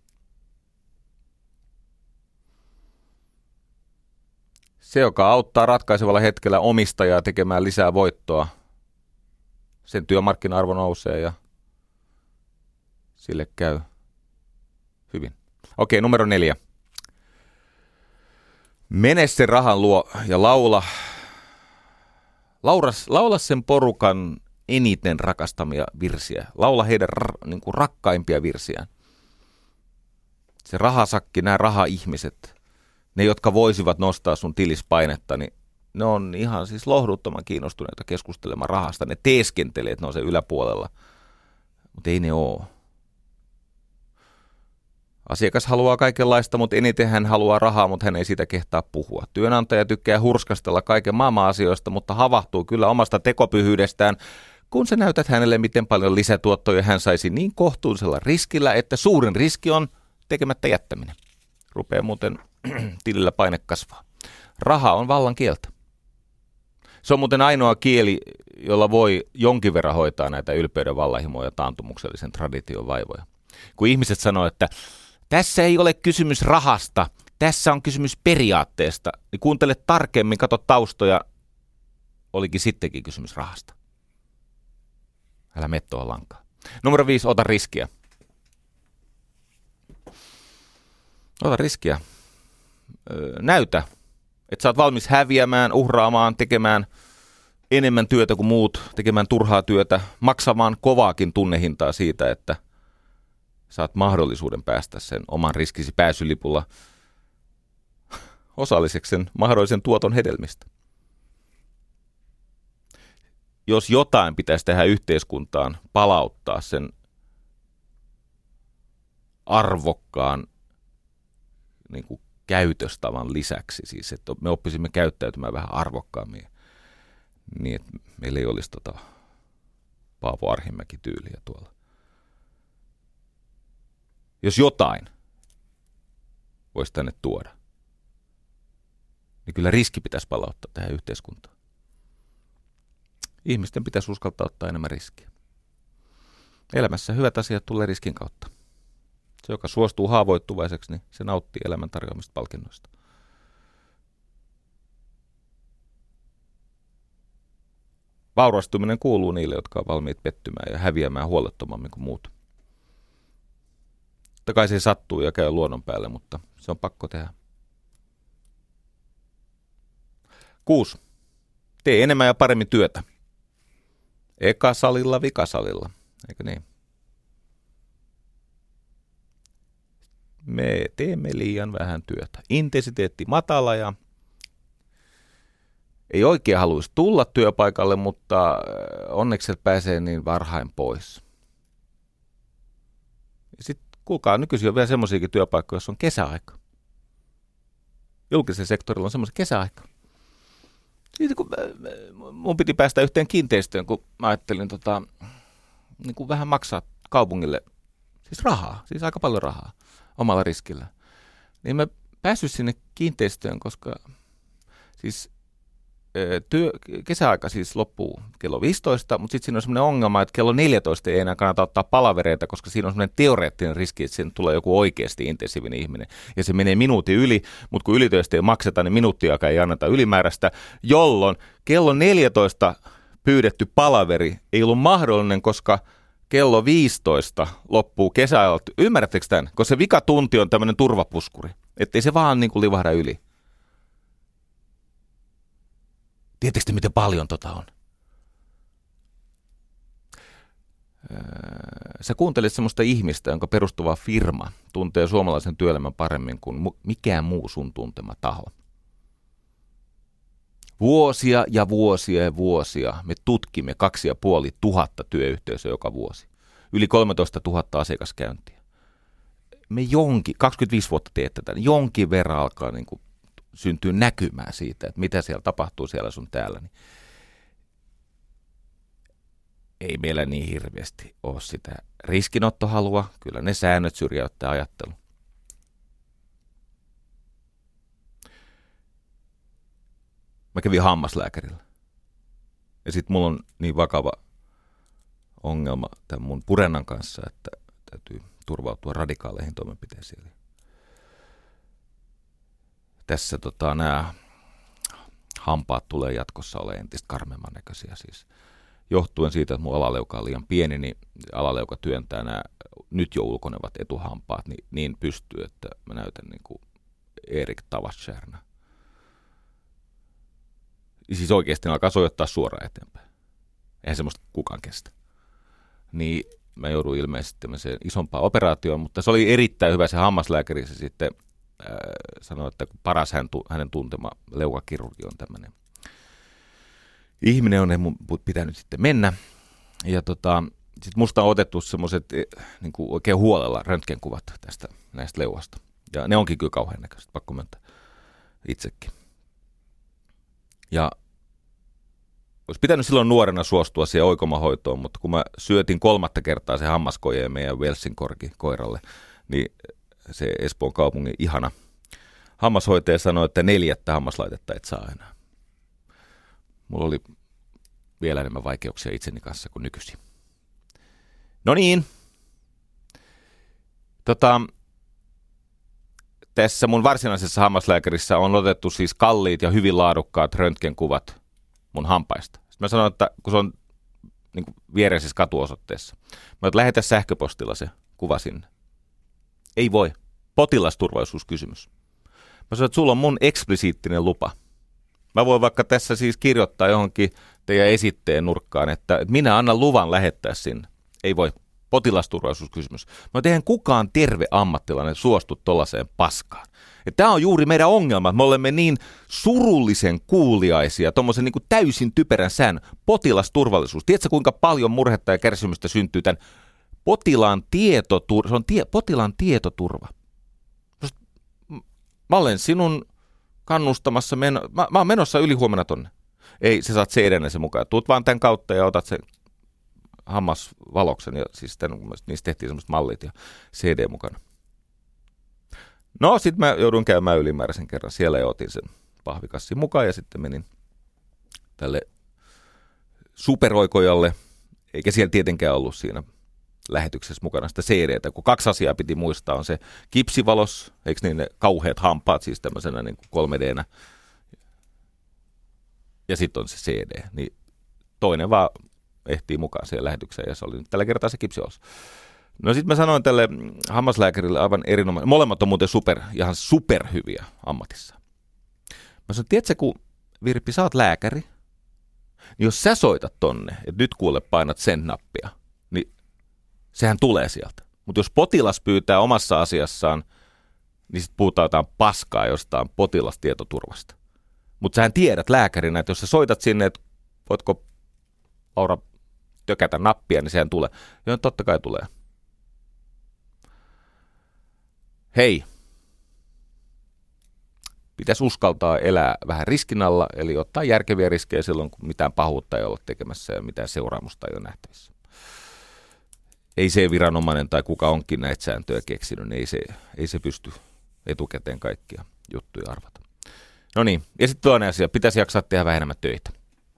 Se, joka auttaa ratkaisevalla hetkellä omistajaa tekemään lisää voittoa, sen työmarkkina-arvo nousee ja sille käy hyvin. Okei, numero neljä. Mene sen rahan luo ja laula. Lauras, laula sen porukan eniten rakastamia virsiä. Laula heidän r- niin kuin rakkaimpia virsiään. Se rahasakki, nämä raha-ihmiset, ne jotka voisivat nostaa sun tilispainetta, niin ne on ihan siis lohduttoman kiinnostuneita keskustelemaan rahasta. Ne teeskentelee, että ne on se yläpuolella, mutta ei ne ole. Asiakas haluaa kaikenlaista, mutta eniten hän haluaa rahaa, mutta hän ei siitä kehtaa puhua. Työnantaja tykkää hurskastella kaiken maailman asioista, mutta havahtuu kyllä omasta tekopyhyydestään, kun sä näytät hänelle, miten paljon lisätuottoja hän saisi niin kohtuullisella riskillä, että suurin riski on tekemättä jättäminen. Rupeaa muuten tilillä paine kasvaa. Raha on vallan kieltä. Se on muuten ainoa kieli, jolla voi jonkin verran hoitaa näitä ylpeyden, vallanhimoja ja taantumuksellisen tradition vaivoja. Kun ihmiset sanoo, että tässä ei ole kysymys rahasta, tässä on kysymys periaatteesta, niin kuuntele tarkemmin, katso taustoja, olikin sittenkin kysymys rahasta. Älä mene tuohon lankaan. Numero viisi, ota riskiä. Ota riskiä. Öö, näytä, että sä oot valmis häviämään, uhraamaan, tekemään enemmän työtä kuin muut, tekemään turhaa työtä, maksamaan kovaakin tunnehintaa siitä, että saat mahdollisuuden päästä sen oman riskisi pääsylipulla osalliseksi sen mahdollisen tuoton hedelmistä. Jos jotain pitäisi tehdä yhteiskuntaan, palauttaa sen arvokkaan niin kuin käytöstavan lisäksi, siis että me oppisimme käyttäytymään vähän arvokkaammin, niin että meillä ei olisi tota Paavo Arhimäki-tyyliä tuolla. Jos jotain voisi tänne tuoda, niin kyllä riski pitäisi palauttaa tähän yhteiskuntaan. Ihmisten pitäisi uskaltaa ottaa enemmän riskiä. Elämässä hyvät asiat tulee riskin kautta. Se, joka suostuu haavoittuvaiseksi, niin se nauttii elämän tarjoamista palkinnoista. Vaurastuminen kuuluu niille, jotka on valmiit pettymään ja häviämään huolettomammin kuin muut. Totta kai se sattuu ja käy luonnon päälle, mutta se on pakko tehdä. Kuusi. Tee enemmän ja paremmin työtä. Ekasalilla, vikasalilla. Eikö niin? Me teemme liian vähän työtä. Intensiteetti matala ja ei oikein haluaisi tulla työpaikalle, mutta onneksi pääsee niin varhain pois. Sitten kuulkaa, nykyisin on vielä semmoisiakin työpaikkoja, joissa on kesäaika. Julkisella sektorilla on semmoisen kesäaika. Siitä kun mun piti päästä yhteen kiinteistöön, kun mä ajattelin tota, niin kuin vähän maksaa kaupungille, siis rahaa, siis aika paljon rahaa omalla riskillä. Niin mä päässyt sinne kiinteistöön, koska siis työ, kesäaika siis loppuu kello viisitoista, mutta sitten siinä on semmoinen ongelma, että kello neljätoista ei enää kannata ottaa palavereita, koska siinä on semmoinen teoreettinen riski, että siinä tulee joku oikeasti intensiivinen ihminen. Ja se menee minuutin yli, mutta kun ylitöistä ei makseta, niin minuuttiakaan ei anneta ylimääräistä, jolloin kello neljätoista pyydetty palaveri ei ollut mahdollinen, koska kello viisitoista loppuu kesäajalta. Ymmärrättekö tämän? Koska se vikatunti on tämmöinen turvapuskuri, ettei se vaan niin kuin livahda yli. Tiedättekö miten paljon tota on? Sä kuuntelet semmoista ihmistä, jonka perustuva firma tuntee suomalaisen työelämän paremmin kuin mikään muu sun tuntema taho. Vuosia ja vuosia ja vuosia me tutkimme kaksi ja puoli tuhatta työyhteisöä joka vuosi. Yli kolmetoista tuhatta asiakaskäyntiä. Me jonkin, kaksikymmentäviisi vuotta teette tätä, jonkin verran alkaa niin kuin syntyy näkymään siitä, että mitä siellä tapahtuu siellä sun täällä. Niin ei meillä niin hirveästi ole sitä riskinottohalua. Kyllä ne säännöt syrjäyttää ajattelu. Mä kävin hammaslääkärillä. Ja sit mulla on niin vakava ongelma tämän mun purennan kanssa, että täytyy turvautua radikaaleihin toimenpiteisiin. Tässä tota, nämä hampaat tulee jatkossa olemaan entistä karmeamman näköisiä. Siis johtuen siitä, että mun alaleuka on liian pieni, niin alaleuka työntää nämä nyt jo ulkonevat etuhampaat niin, niin pystyy, että mä näytän niin kuin Erik Tavastjärnä. Siis oikeasti ne alkaa sojottaa suoraan eteenpäin. Eihän semmoista kukaan kestä. Niin mä joudun ilmeisesti tämmöiseen isompaan operaatioon, mutta se oli erittäin hyvä se hammaslääkäri. Se sitten äh, sanoi, että paras hän, hänen tuntema leukakirurgi on tämmöinen ihminen, on mun pitänyt sitten mennä. Ja tota, sitten musta on otettu semmoiset niin kuin oikein huolella röntgenkuvat tästä näistä leuasta. Ja ne onkin kyllä kauhean näköiset, pakko myöntää itsekin. Ja olisi pitänyt silloin nuorena suostua siihen oikomahoitoon, mutta kun mä syötin kolmatta kertaa se hammaskojeen meidän Welsinkorki koiralle, niin se Espoon kaupungin ihana hammashoitaja sanoi, että neljättä hammaslaitetta et saa enää. Mulla oli vielä enemmän vaikeuksia itseni kanssa kuin nykyisin. No niin. Tota, tässä mun varsinaisessa hammaslääkärissä on otettu siis kalliit ja hyvin laadukkaat röntgenkuvat mun hampaista. Sitten mä sanoin, että kun se on niin kuin viereisessä katuosoitteessa, mä oon, lähetä sähköpostilla se kuva sinne. Ei voi. Potilasturvallisuuskysymys. Mä sanoin, että sulla on mun eksplisiittinen lupa. Mä voin vaikka tässä siis kirjoittaa johonkin teidän esitteen nurkkaan, että minä annan luvan lähettää sinne. Ei voi. Potilasturvallisuuskysymys. Mä eihän kukaan terve ammattilainen suostu tollaiseen paskaan. Tämä on juuri meidän ongelma. Me olemme niin surullisen kuuliaisia, tommosen niin kuin täysin typerän sään potilasturvallisuus. Tiedätkö, kuinka paljon murhetta ja kärsimystä syntyy tämän potilaan tietoturva? Se on tie, potilaan tietoturva. Mä olen sinun kannustamassa, meno, mä, mä oon menossa yli huomenna tonne. Ei, sä saat C D:nä sen mukaan. Tuut vaan tämän kautta ja otat sen hammasvaloksen, ja siis tämän, niistä tehtiin semmoiset mallit ja C D mukana. No, sitten mä joudun käymään ylimääräisen kerran siellä ja otin sen pahvikassin mukaan ja sitten menin tälle superoikojalle, eikä siellä tietenkään ollut siinä lähetyksessä mukana sitä C D:tä, kun kaksi asiaa piti muistaa, on se kipsivalos, eikö niin ne kauheat hampaat, siis tämmöisenä niin kuin kolme D:nä, ja sitten on se C D, niin toinen vaan ehtii mukaan siihen lähetykseen, ja se oli nyt tällä kertaa se kipsivalos. No sitten mä sanoin tälle hammaslääkärille aivan erinomainen, molemmat on muuten super, ihan superhyviä ammatissa. Mä sanoin, tiedätkö, kun Virpi, sä oot lääkäri, niin jos sä soitat tonne, että nyt kuule painat sen nappia, niin sehän tulee sieltä. Mutta jos potilas pyytää omassa asiassaan, niin sitten puhutaan jotain paskaa jostain potilastietoturvasta. Mutta sähän tiedät lääkärinä, että jos sä soitat sinne, että voitko Laura tökätä nappia, niin sehän tulee. Joo, totta kai tulee. hei, pitäisi uskaltaa elää vähän riskin alla, eli ottaa järkeviä riskejä silloin, kun mitään pahuutta ei ole tekemässä ja mitään seuraamusta ei ole nähtävissä. Ei se viranomainen tai kuka onkin näitä sääntöjä keksinyt, niin ei se, ei se pysty etukäteen kaikkia juttuja arvata. No niin, ja sitten toinen asia, pitäisi jaksaa tehdä vähän enemmän töitä.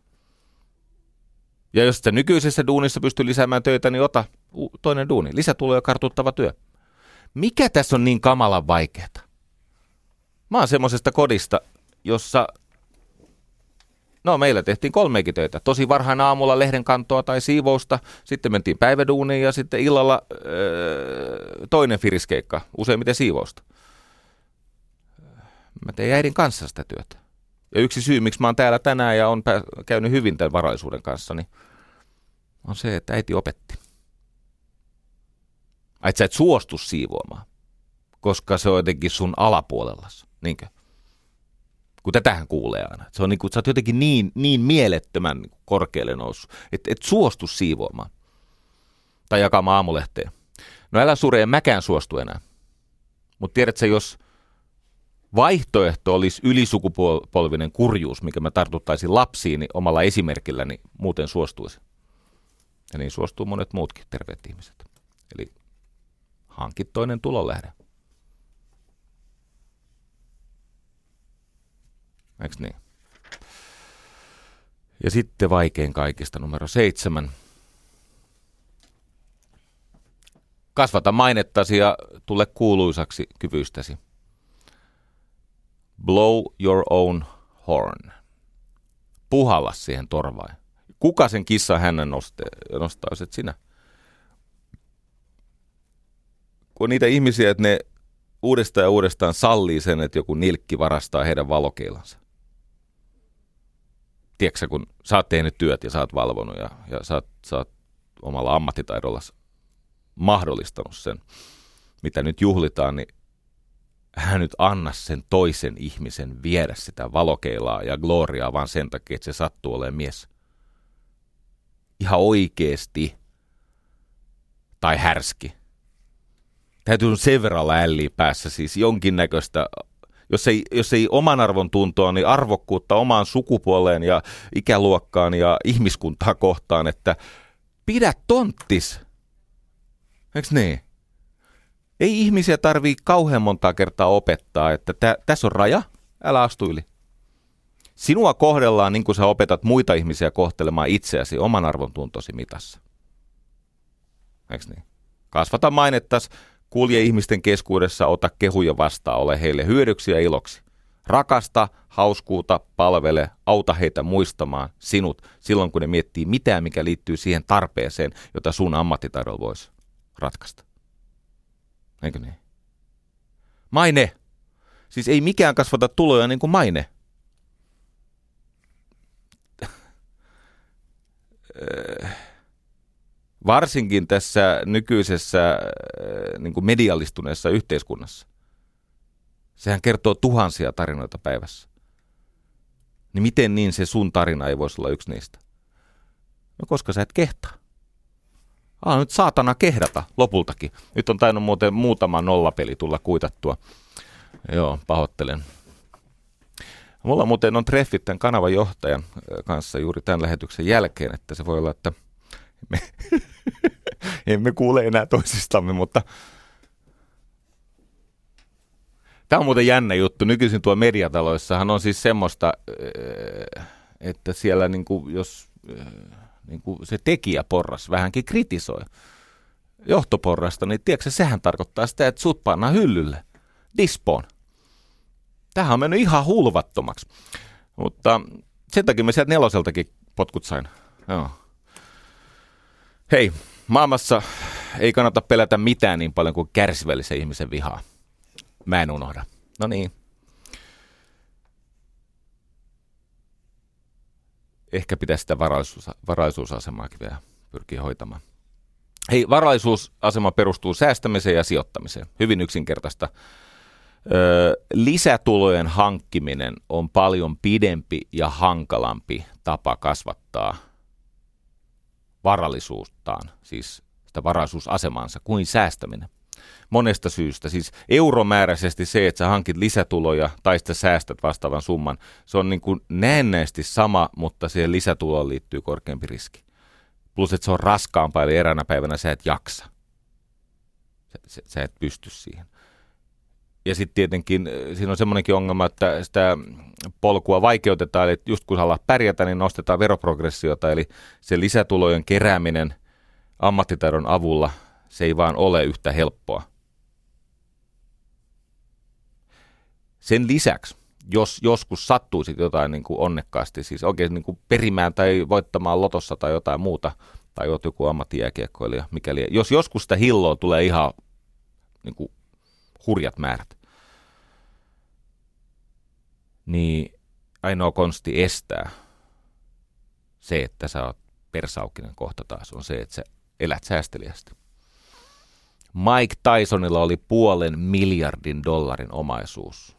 Ja jos sitä nykyisessä duunissa pystyy lisäämään töitä, niin ota toinen duuni, lisätuloja kartuttava työ. Mikä tässä on niin kamalan vaikeata? Mä oon semmoisesta kodista, jossa, no meillä tehtiin kolmeakin töitä. Tosi varhain aamulla lehden kantoa tai siivousta, sitten mentiin päiväduuniin ja sitten illalla öö, toinen firiskeikka, useimmiten siivousta. Mä tein äidin kanssa sitä työtä. Ja yksi syy, miksi mä oon täällä tänään ja on pää- käynyt hyvin tämän varallisuuden kanssa, niin on se, että äiti opetti. Ai, sä et suostu siivoamaan, koska se on jotenkin sun alapuolellasi, niinkö? Kun tätähän kuulee aina. Se on niin kuin, sä oot jotenkin niin, niin mielettömän korkealle noussut, että et suostu siivoamaan. Tai jakamaan aamulehteä. No älä sure, en mäkään suostu enää. Mutta tiedätkö, jos vaihtoehto olisi ylisukupolvinen kurjuus, mikä mä tartuttaisin lapsiin niin omalla esimerkillä, niin muuten suostuisi. Ja niin suostuu monet muutkin terveet ihmiset. Eli hankit toinen tulonlähde. Eiks niin? Ja sitten vaikein kaikista numero seitsemän. Kasvata mainettasi ja tule kuuluisaksi kyvyistäsi. Blow your own horn. Puhalla siihen torvaan. Kuka sen kissan hänen nostaa, jos et sinä? Kun on niitä ihmisiä, että ne uudestaan ja uudestaan sallii sen, että joku nilkki varastaa heidän valokeilansa. Tiedätkö, kun sä oot tehnyt työt ja sä oot valvonut ja, ja sä, oot, sä oot omalla ammattitaidolla mahdollistanut sen, mitä nyt juhlitaan, niin hän nyt anna sen toisen ihmisen viedä sitä valokeilaa ja gloriaa vaan sen takia, että se sattuu olemaan mies. Ihan oikeesti. Tai härski. Täytyy sen verran älliä päässä siis jonkinnäköistä, jos ei, jos ei oman arvon tuntoa, niin arvokkuutta omaan sukupuoleen ja ikäluokkaan ja ihmiskuntaa kohtaan, että pidä tonttis. Eiks niin? Ei ihmisiä tarvii kauhean montaa kertaa opettaa, että tä, tässä on raja, älä astu yli. Sinua kohdellaan niin kuin sä opetat muita ihmisiä kohtelemaan itseäsi oman arvon tuntosi mitassa. Eiks niin? Kasvata mainettas, kulje ihmisten keskuudessa, ota kehuja vastaan, ole heille hyödyksi ja iloksi. Rakasta, hauskuuta, palvele, auta heitä muistamaan sinut silloin, kun ne miettii mitään, mikä liittyy siihen tarpeeseen, jota sun ammattitaidolla voisi ratkaista. Eikö niin? Maine. Siis ei mikään kasvata tuloja niin kuin maine. Varsinkin tässä nykyisessä niin kuin mediallistuneessa yhteiskunnassa. Sehän kertoo tuhansia tarinoita päivässä. Niin miten niin se sun tarina ei voisi olla yksi niistä? No koska sä et kehtaa. Ah, nyt saatana kehdata lopultakin. Nyt on tainnut muuten muutama nollapeli tulla kuitattua. Joo, pahoittelen. Mulla muuten on treffit tämän kanavan johtajan kanssa juuri tämän lähetyksen jälkeen, että se voi olla, että me emme kuule enää toisistamme, mutta tämä on muuten jännä juttu. Nykyisin tuo mediataloissahan on siis semmoista, että siellä niin kuin, jos niin kuin se tekijäporras vähänkin kritisoi johtoporrasta, niin tiedätkö, sehän tarkoittaa sitä, että sut pannaan hyllylle, dispoon. Tämähän on mennyt ihan hulvattomaksi, mutta sen takia me sieltä neloseltakin potkut sain. Joo. Hei, maailmassa ei kannata pelätä mitään niin paljon kuin kärsivällisen ihmisen vihaa. Mä en unohda. No niin. Ehkä pitäisi sitä varallisuus, varallisuusasemaakin vielä pyrkiä hoitamaan. Hei, varallisuusasema perustuu säästämiseen ja sijoittamiseen. Hyvin yksinkertaista. Öö, lisätulojen hankkiminen on paljon pidempi ja hankalampi tapa kasvattaa varallisuuttaan, siis sitä varallisuusasemaansa, kuin säästäminen. Monesta syystä. Siis euromääräisesti se, että sä hankit lisätuloja tai sitten säästät vastaavan summan, se on niin kuin näennäisesti sama, mutta siihen lisätuloon liittyy korkeampi riski. Plus, että se on raskaampaa, eli eräänä päivänä sä et jaksa. Sä, sä, sä et pysty siihen. Ja sitten tietenkin siinä on semmoinenkin ongelma, että sitä polkua vaikeutetaan, eli just kun haluaa pärjätä, niin nostetaan veroprogressiota, eli se lisätulojen kerääminen ammattitaidon avulla, se ei vaan ole yhtä helppoa. Sen lisäksi, jos joskus sattuisi jotain niin kuin onnekkaasti, siis oikein niin kuin perimään tai voittamaan lotossa tai jotain muuta, tai olet joku ammattijääkiekkoilija, mikäli, jos joskus sitä hilloa tulee ihan niin kuin hurjat määrät, niin ainoa konsti estää se, että sä oot persaukinen kohta taas, on se, että sä elät säästeliästi. Mike Tysonilla oli puolen miljardin dollarin omaisuus.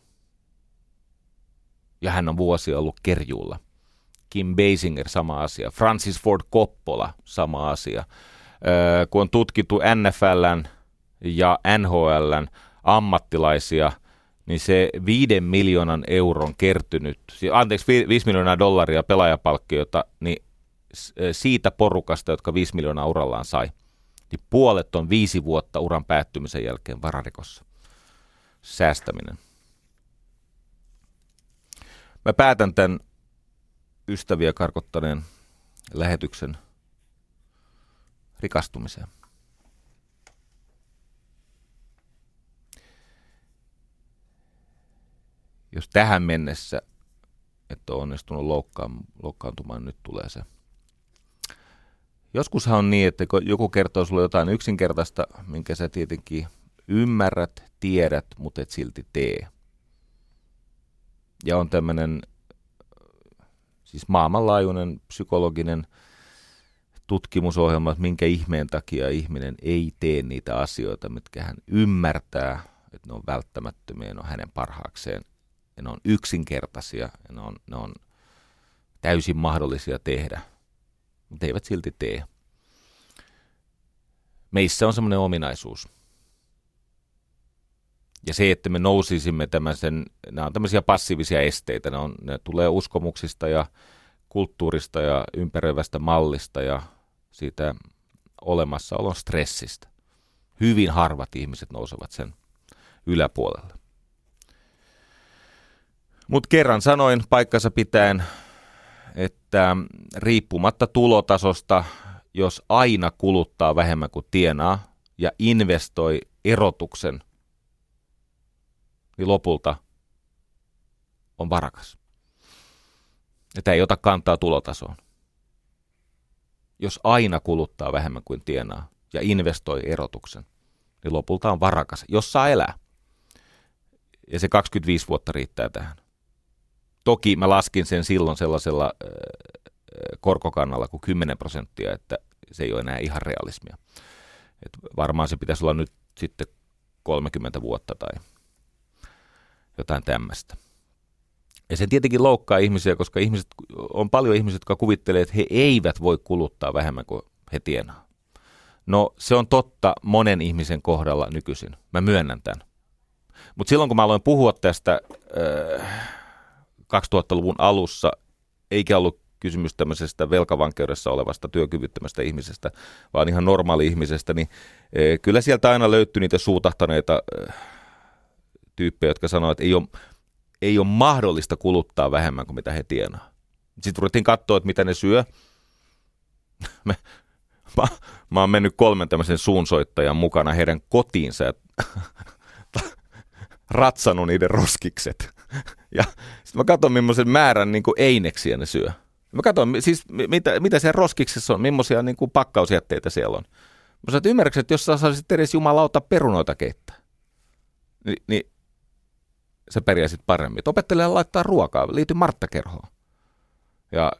Ja hän on vuosia ollut kerjuulla. Kim Basinger, sama asia. Francis Ford Coppola, sama asia. Öö, kun on tutkittu N F L:n ja N H L:n ammattilaisia, niin se viiden miljoonan euron kertynyt, anteeksi, viisi miljoonaa dollaria pelaajapalkkiota, niin siitä porukasta, jotka viisi miljoonaa urallaan sai, niin puolet on viisi vuotta uran päättymisen jälkeen vararikossa. Säästäminen. Mä päätän tämän ystäviä karkottaneen lähetyksen rikastumiseen. Jos tähän mennessä et ole onnistunut loukkaantumaan, nyt tulee se. Joskushan on niin, että kun joku kertoo sulle jotain yksinkertaista, minkä sä tietenkin ymmärrät, tiedät, mutta et silti tee. Ja on tämmöinen siis maailmanlaajuinen psykologinen tutkimusohjelma, että minkä ihmeen takia ihminen ei tee niitä asioita, mitkä hän ymmärtää, että ne on välttämättömiä, ne on hänen parhaakseen. Ja ne on yksinkertaisia ja ne on, ne on täysin mahdollisia tehdä, mutta eivät silti tee. Meissä on semmoinen ominaisuus. Ja se, että me nousisimme tämmöisen, nämä on tämmöisiä passiivisia esteitä, ne, on, ne tulee uskomuksista ja kulttuurista ja ympäröivästä mallista ja siitä olemassaolon stressistä. Hyvin harvat ihmiset nousevat sen yläpuolelle. Mutta kerran sanoin paikkansa pitäen, että riippumatta tulotasosta, jos aina kuluttaa vähemmän kuin tienaa ja investoi erotuksen, niin lopulta on varakas. Ja tämä ei ota kantaa tulotasoon. Jos aina kuluttaa vähemmän kuin tienaa ja investoi erotuksen, niin lopulta on varakas, jos saa elää. Ja se kaksikymmentäviisi vuotta riittää tähän. Toki mä laskin sen silloin sellaisella äh, korkokannalla kuin kymmenen prosenttia, että se ei ole enää ihan realismia. Et varmaan se pitäisi olla nyt sitten kolmekymmentä vuotta tai jotain tämmöistä. Ja se tietenkin loukkaa ihmisiä, koska ihmiset, on paljon ihmisiä, jotka kuvittelee, että he eivät voi kuluttaa vähemmän kuin he tienaa. No se on totta monen ihmisen kohdalla nykyisin. Mä myönnän tämän. Mutta silloin kun mä aloin puhua tästä äh, kaksituhattaluvun alussa, eikä ollut kysymys tämmöisestä velkavankeudessa olevasta työkyvyttömästä ihmisestä, vaan ihan normaali ihmisestä, niin äh, kyllä sieltä aina löytyi niitä suutahtaneita äh, tyyppejä, jotka sanoivat, että ei ole, ei ole mahdollista kuluttaa vähemmän kuin mitä he tienaa. Sitten ruvettiin katsoa, että mitä ne syö. mä, mä, mä oon mennyt kolmen tämmöisen suunsoittajan mukana heidän kotiinsa ja ratsannut niiden roskikset. Ja sitten mä katson, millaisen määrän niin kuin eineksiä ne syö. Mä katson, siis mitä, mitä siellä roskiksessa on, millaisia niin kuin pakkausjätteitä siellä on. Mä sanoin, että ymmärrätkö, että jos sä saisit edes jumalauta perunoita keittää, niin, niin sä pärjäisit paremmin. Et opettele laittaa ruokaa, liity Martta-kerhoon. Ja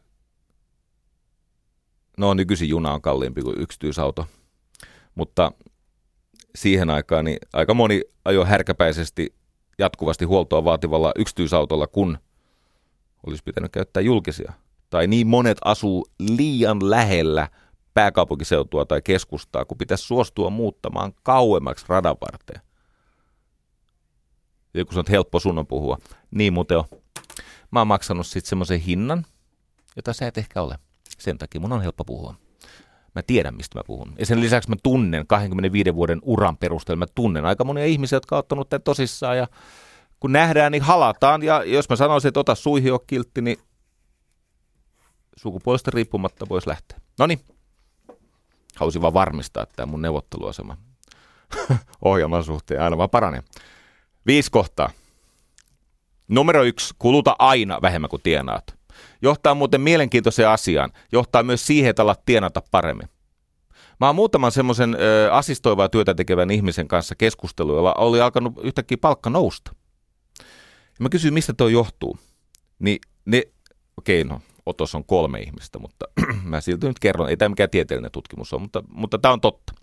no nykyisin juna on kalliimpi kuin yksityisauto, mutta siihen aikaan niin aika moni ajoi härkäpäisesti jatkuvasti huoltoa vaativalla yksityisautolla, kun olisi pitänyt käyttää julkisia. Tai niin monet asuu liian lähellä pääkaupunkiseutua tai keskustaa, kun pitäisi suostua muuttamaan kauemmaksi radan varteen. Ja kun se on helppo sun on puhua. Niin muuten on. Mä oon maksanut sitten semmoisen hinnan, jota sä et ehkä ole. Sen takia mun on helppo puhua. Mä tiedän, mistä mä puhun. Ja sen lisäksi mä tunnen kaksikymmentäviiden vuoden uran perusteella, mä tunnen aika monia ihmisiä, jotka on ottanut tämän tosissaan. Ja kun nähdään, niin halataan. Ja jos mä sanoisin, että ota suihin ole kiltti, niin sukupuolesta riippumatta voisi lähteä. Noniin. Halusin vaan varmistaa, että tämä mun neuvotteluasema ohjelman suhteen aina vaan paranee. Viisi kohtaa. Numero yksi. Kuluta aina vähemmän kuin tienaat. Johtaa muuten mielenkiintoiseen asiaan. Johtaa myös siihen, että alat tienata paremmin. Mä oon muutaman semmoisen ö, assistoivaa työtä tekevän ihmisen kanssa keskustellut, jolla oli alkanut yhtäkkiä palkka nousta. Ja mä kysyin, mistä toi johtuu. Niin ne, okei okay, no, otos on kolme ihmistä, mutta mä silti nyt kerron, ei tämä mikään tieteellinen tutkimus ole, mutta, mutta tämä on totta.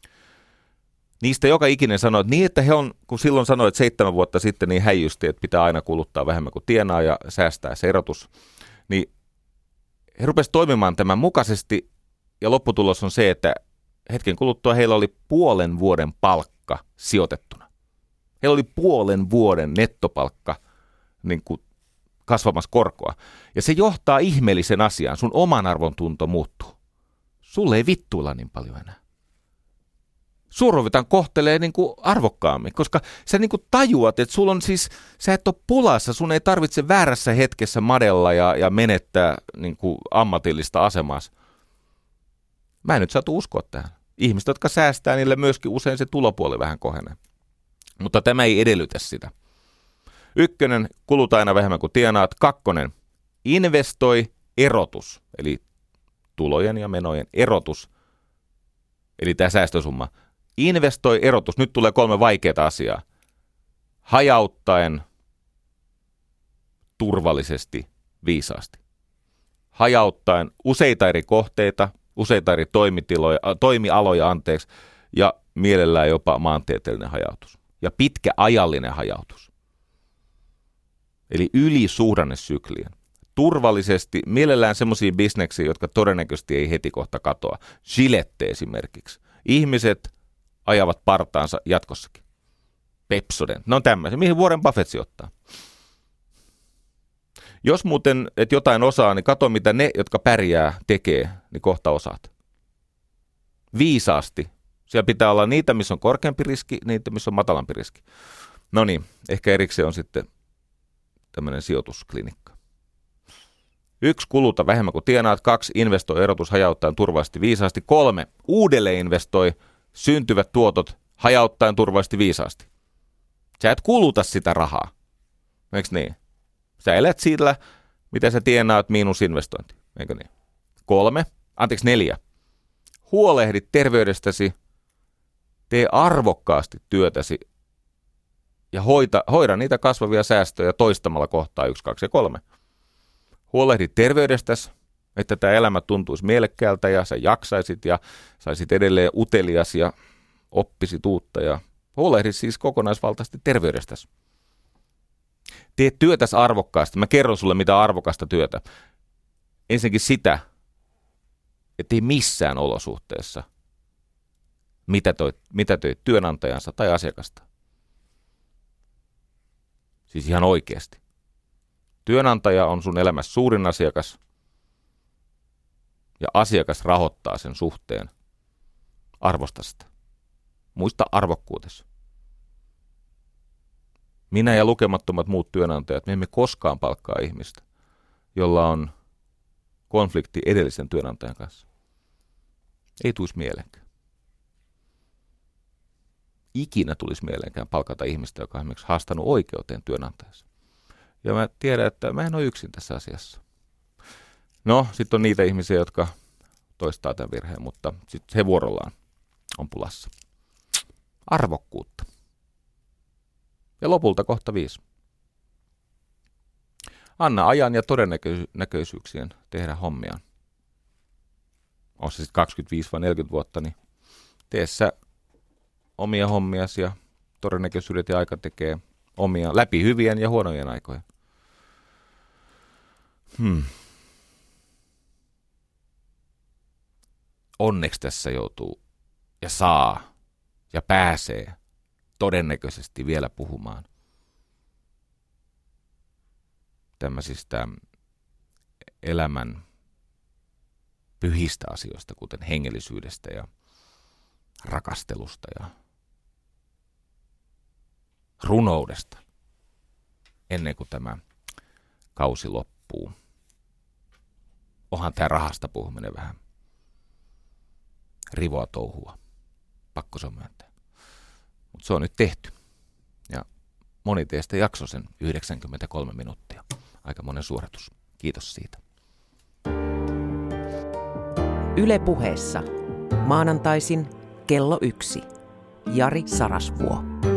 Niistä joka ikinen sanoi, että niin, että he on, kun silloin sanoi, että seitsemän vuotta sitten, niin häijysti, että pitää aina kuluttaa vähemmän kuin tienaa ja säästää se erotus, niin he rupesivat toimimaan tämän mukaisesti, ja lopputulos on se, että hetken kuluttua heillä oli puolen vuoden palkka sijoitettuna. Heillä oli puolen vuoden nettopalkka niin kuin kasvamassa korkoa. Ja se johtaa ihmeellisen asiaan. Sun oman arvon tunto muuttuu. Sulle ei vittuilla niin paljon enää. Suoruvitan kohtelee niin kuin arvokkaammin, koska sä niin kuin tajuat, että sulla on siis, sä et ole pulassa, sun ei tarvitse väärässä hetkessä madella ja, ja menettää niin kuin ammatillista asemaa. Mä en nyt saatu uskoa tähän. Ihmiset, jotka säästää, niille myöskin usein se tulopuoli vähän kohenee. Mutta tämä ei edellytä sitä. Ykkönen, kuluta aina vähemmän kuin tienaat. Kakkonen, investoi erotus, eli tulojen ja menojen erotus, eli tämä säästösumma. Investoi erotus, nyt tulee kolme vaikeaa asiaa. Hajauttaen, turvallisesti, viisaasti. Hajauttaen useita eri kohteita, useita eri toimitiloja, äh, toimialoja, anteeksi, ja mielellään jopa maantieteellinen hajautus. Ja pitkä ajallinen hajautus. Eli yli suhdannesyklien. Turvallisesti, mielellään semmoisia bisneksiä, jotka todennäköisesti ei heti kohta katoa. Gillette esimerkiksi. Ihmiset ajavat partaansa jatkossakin. Pepsodent. No tämmöisiä. Mihin Warren Buffett sijoittaa? Jos muuten et jotain osaa, niin kato mitä ne, jotka pärjää, tekee, niin kohta osaat. Viisaasti. Siellä pitää olla niitä, missä on korkeampi riski, niitä, missä on matalampi riski. No niin, ehkä erikseen on sitten tämmöinen sijoitusklinikka. Yksi, kuluta vähemmän kuin tienaat. Kaksi, investoi erotus hajauttaen turvallisesti viisaasti. Kolme, uudelleen investoi syntyvät tuotot hajauttaen turvallisesti viisaasti. Sä et kuluta sitä rahaa. Eikö niin? Sä elät sillä, mitä sä tienaat miinus investointi. Eikö niin? Kolme, anteeksi neljä. Huolehdi terveydestäsi, tee arvokkaasti työtäsi ja hoita, hoida niitä kasvavia säästöjä toistamalla kohtaa yksi, kaksi ja kolme. Huolehdi terveydestäsi, että tämä elämä tuntuisi mielekkäältä ja sä jaksaisit ja saisit edelleen utelias ja oppisit uutta. Ja huolehdi siis kokonaisvaltaisesti terveydestäsi. Tee työtäsi arvokkaasti. Mä kerron sulle, mitä arvokasta työtä. Ensinnäkin sitä, ettei missään olosuhteessa mitä töit työnantajansa tai asiakasta. Siis ihan oikeasti. Työnantaja on sun elämässä suurin asiakas ja asiakas rahoittaa sen suhteen. Arvosta sitä. Muista arvokkuutesi. Minä ja lukemattomat muut työnantajat, me emme koskaan palkkaa ihmistä, jolla on konflikti edellisen työnantajan kanssa. Ei tulisi mieleenkään. Ikinä tulisi mieleenkään palkata ihmistä, joka on esimerkiksi haastanut oikeuteen työnantajansa. Ja mä tiedän, että mä en ole yksin tässä asiassa. No, sitten on niitä ihmisiä, jotka toistaa tämän virheen, mutta sitten he vuorollaan on pulassa. Arvokkuutta. Ja lopulta kohta viisi. Anna ajan ja todennäköisyyksien tehdä hommiaan. On se sitten kaksikymmentäviisi vai neljäkymmentä vuotta, niin tee sä omia hommiasi ja todennäköisyydet ja aika tekee omia läpi hyvien ja huonojen aikojen. Hmm. onneksi tässä joutuu ja saa ja pääsee todennäköisesti vielä puhumaan tämmöisistä elämän pyhistä asioista, kuten hengellisyydestä ja rakastelusta ja runoudesta, ennen kuin tämä kausi loppuu. Onhan tämä rahasta puhuminen vähän rivoa touhua, pakko se on myöntää. Mutta se on nyt tehty. Ja moni teistä jaksoi sen yhdeksänkymmentäkolme minuuttia. Aika monen suoritus. Kiitos siitä. Yle Puheessa. Maanantaisin kello yksi. Jari Sarasvuo.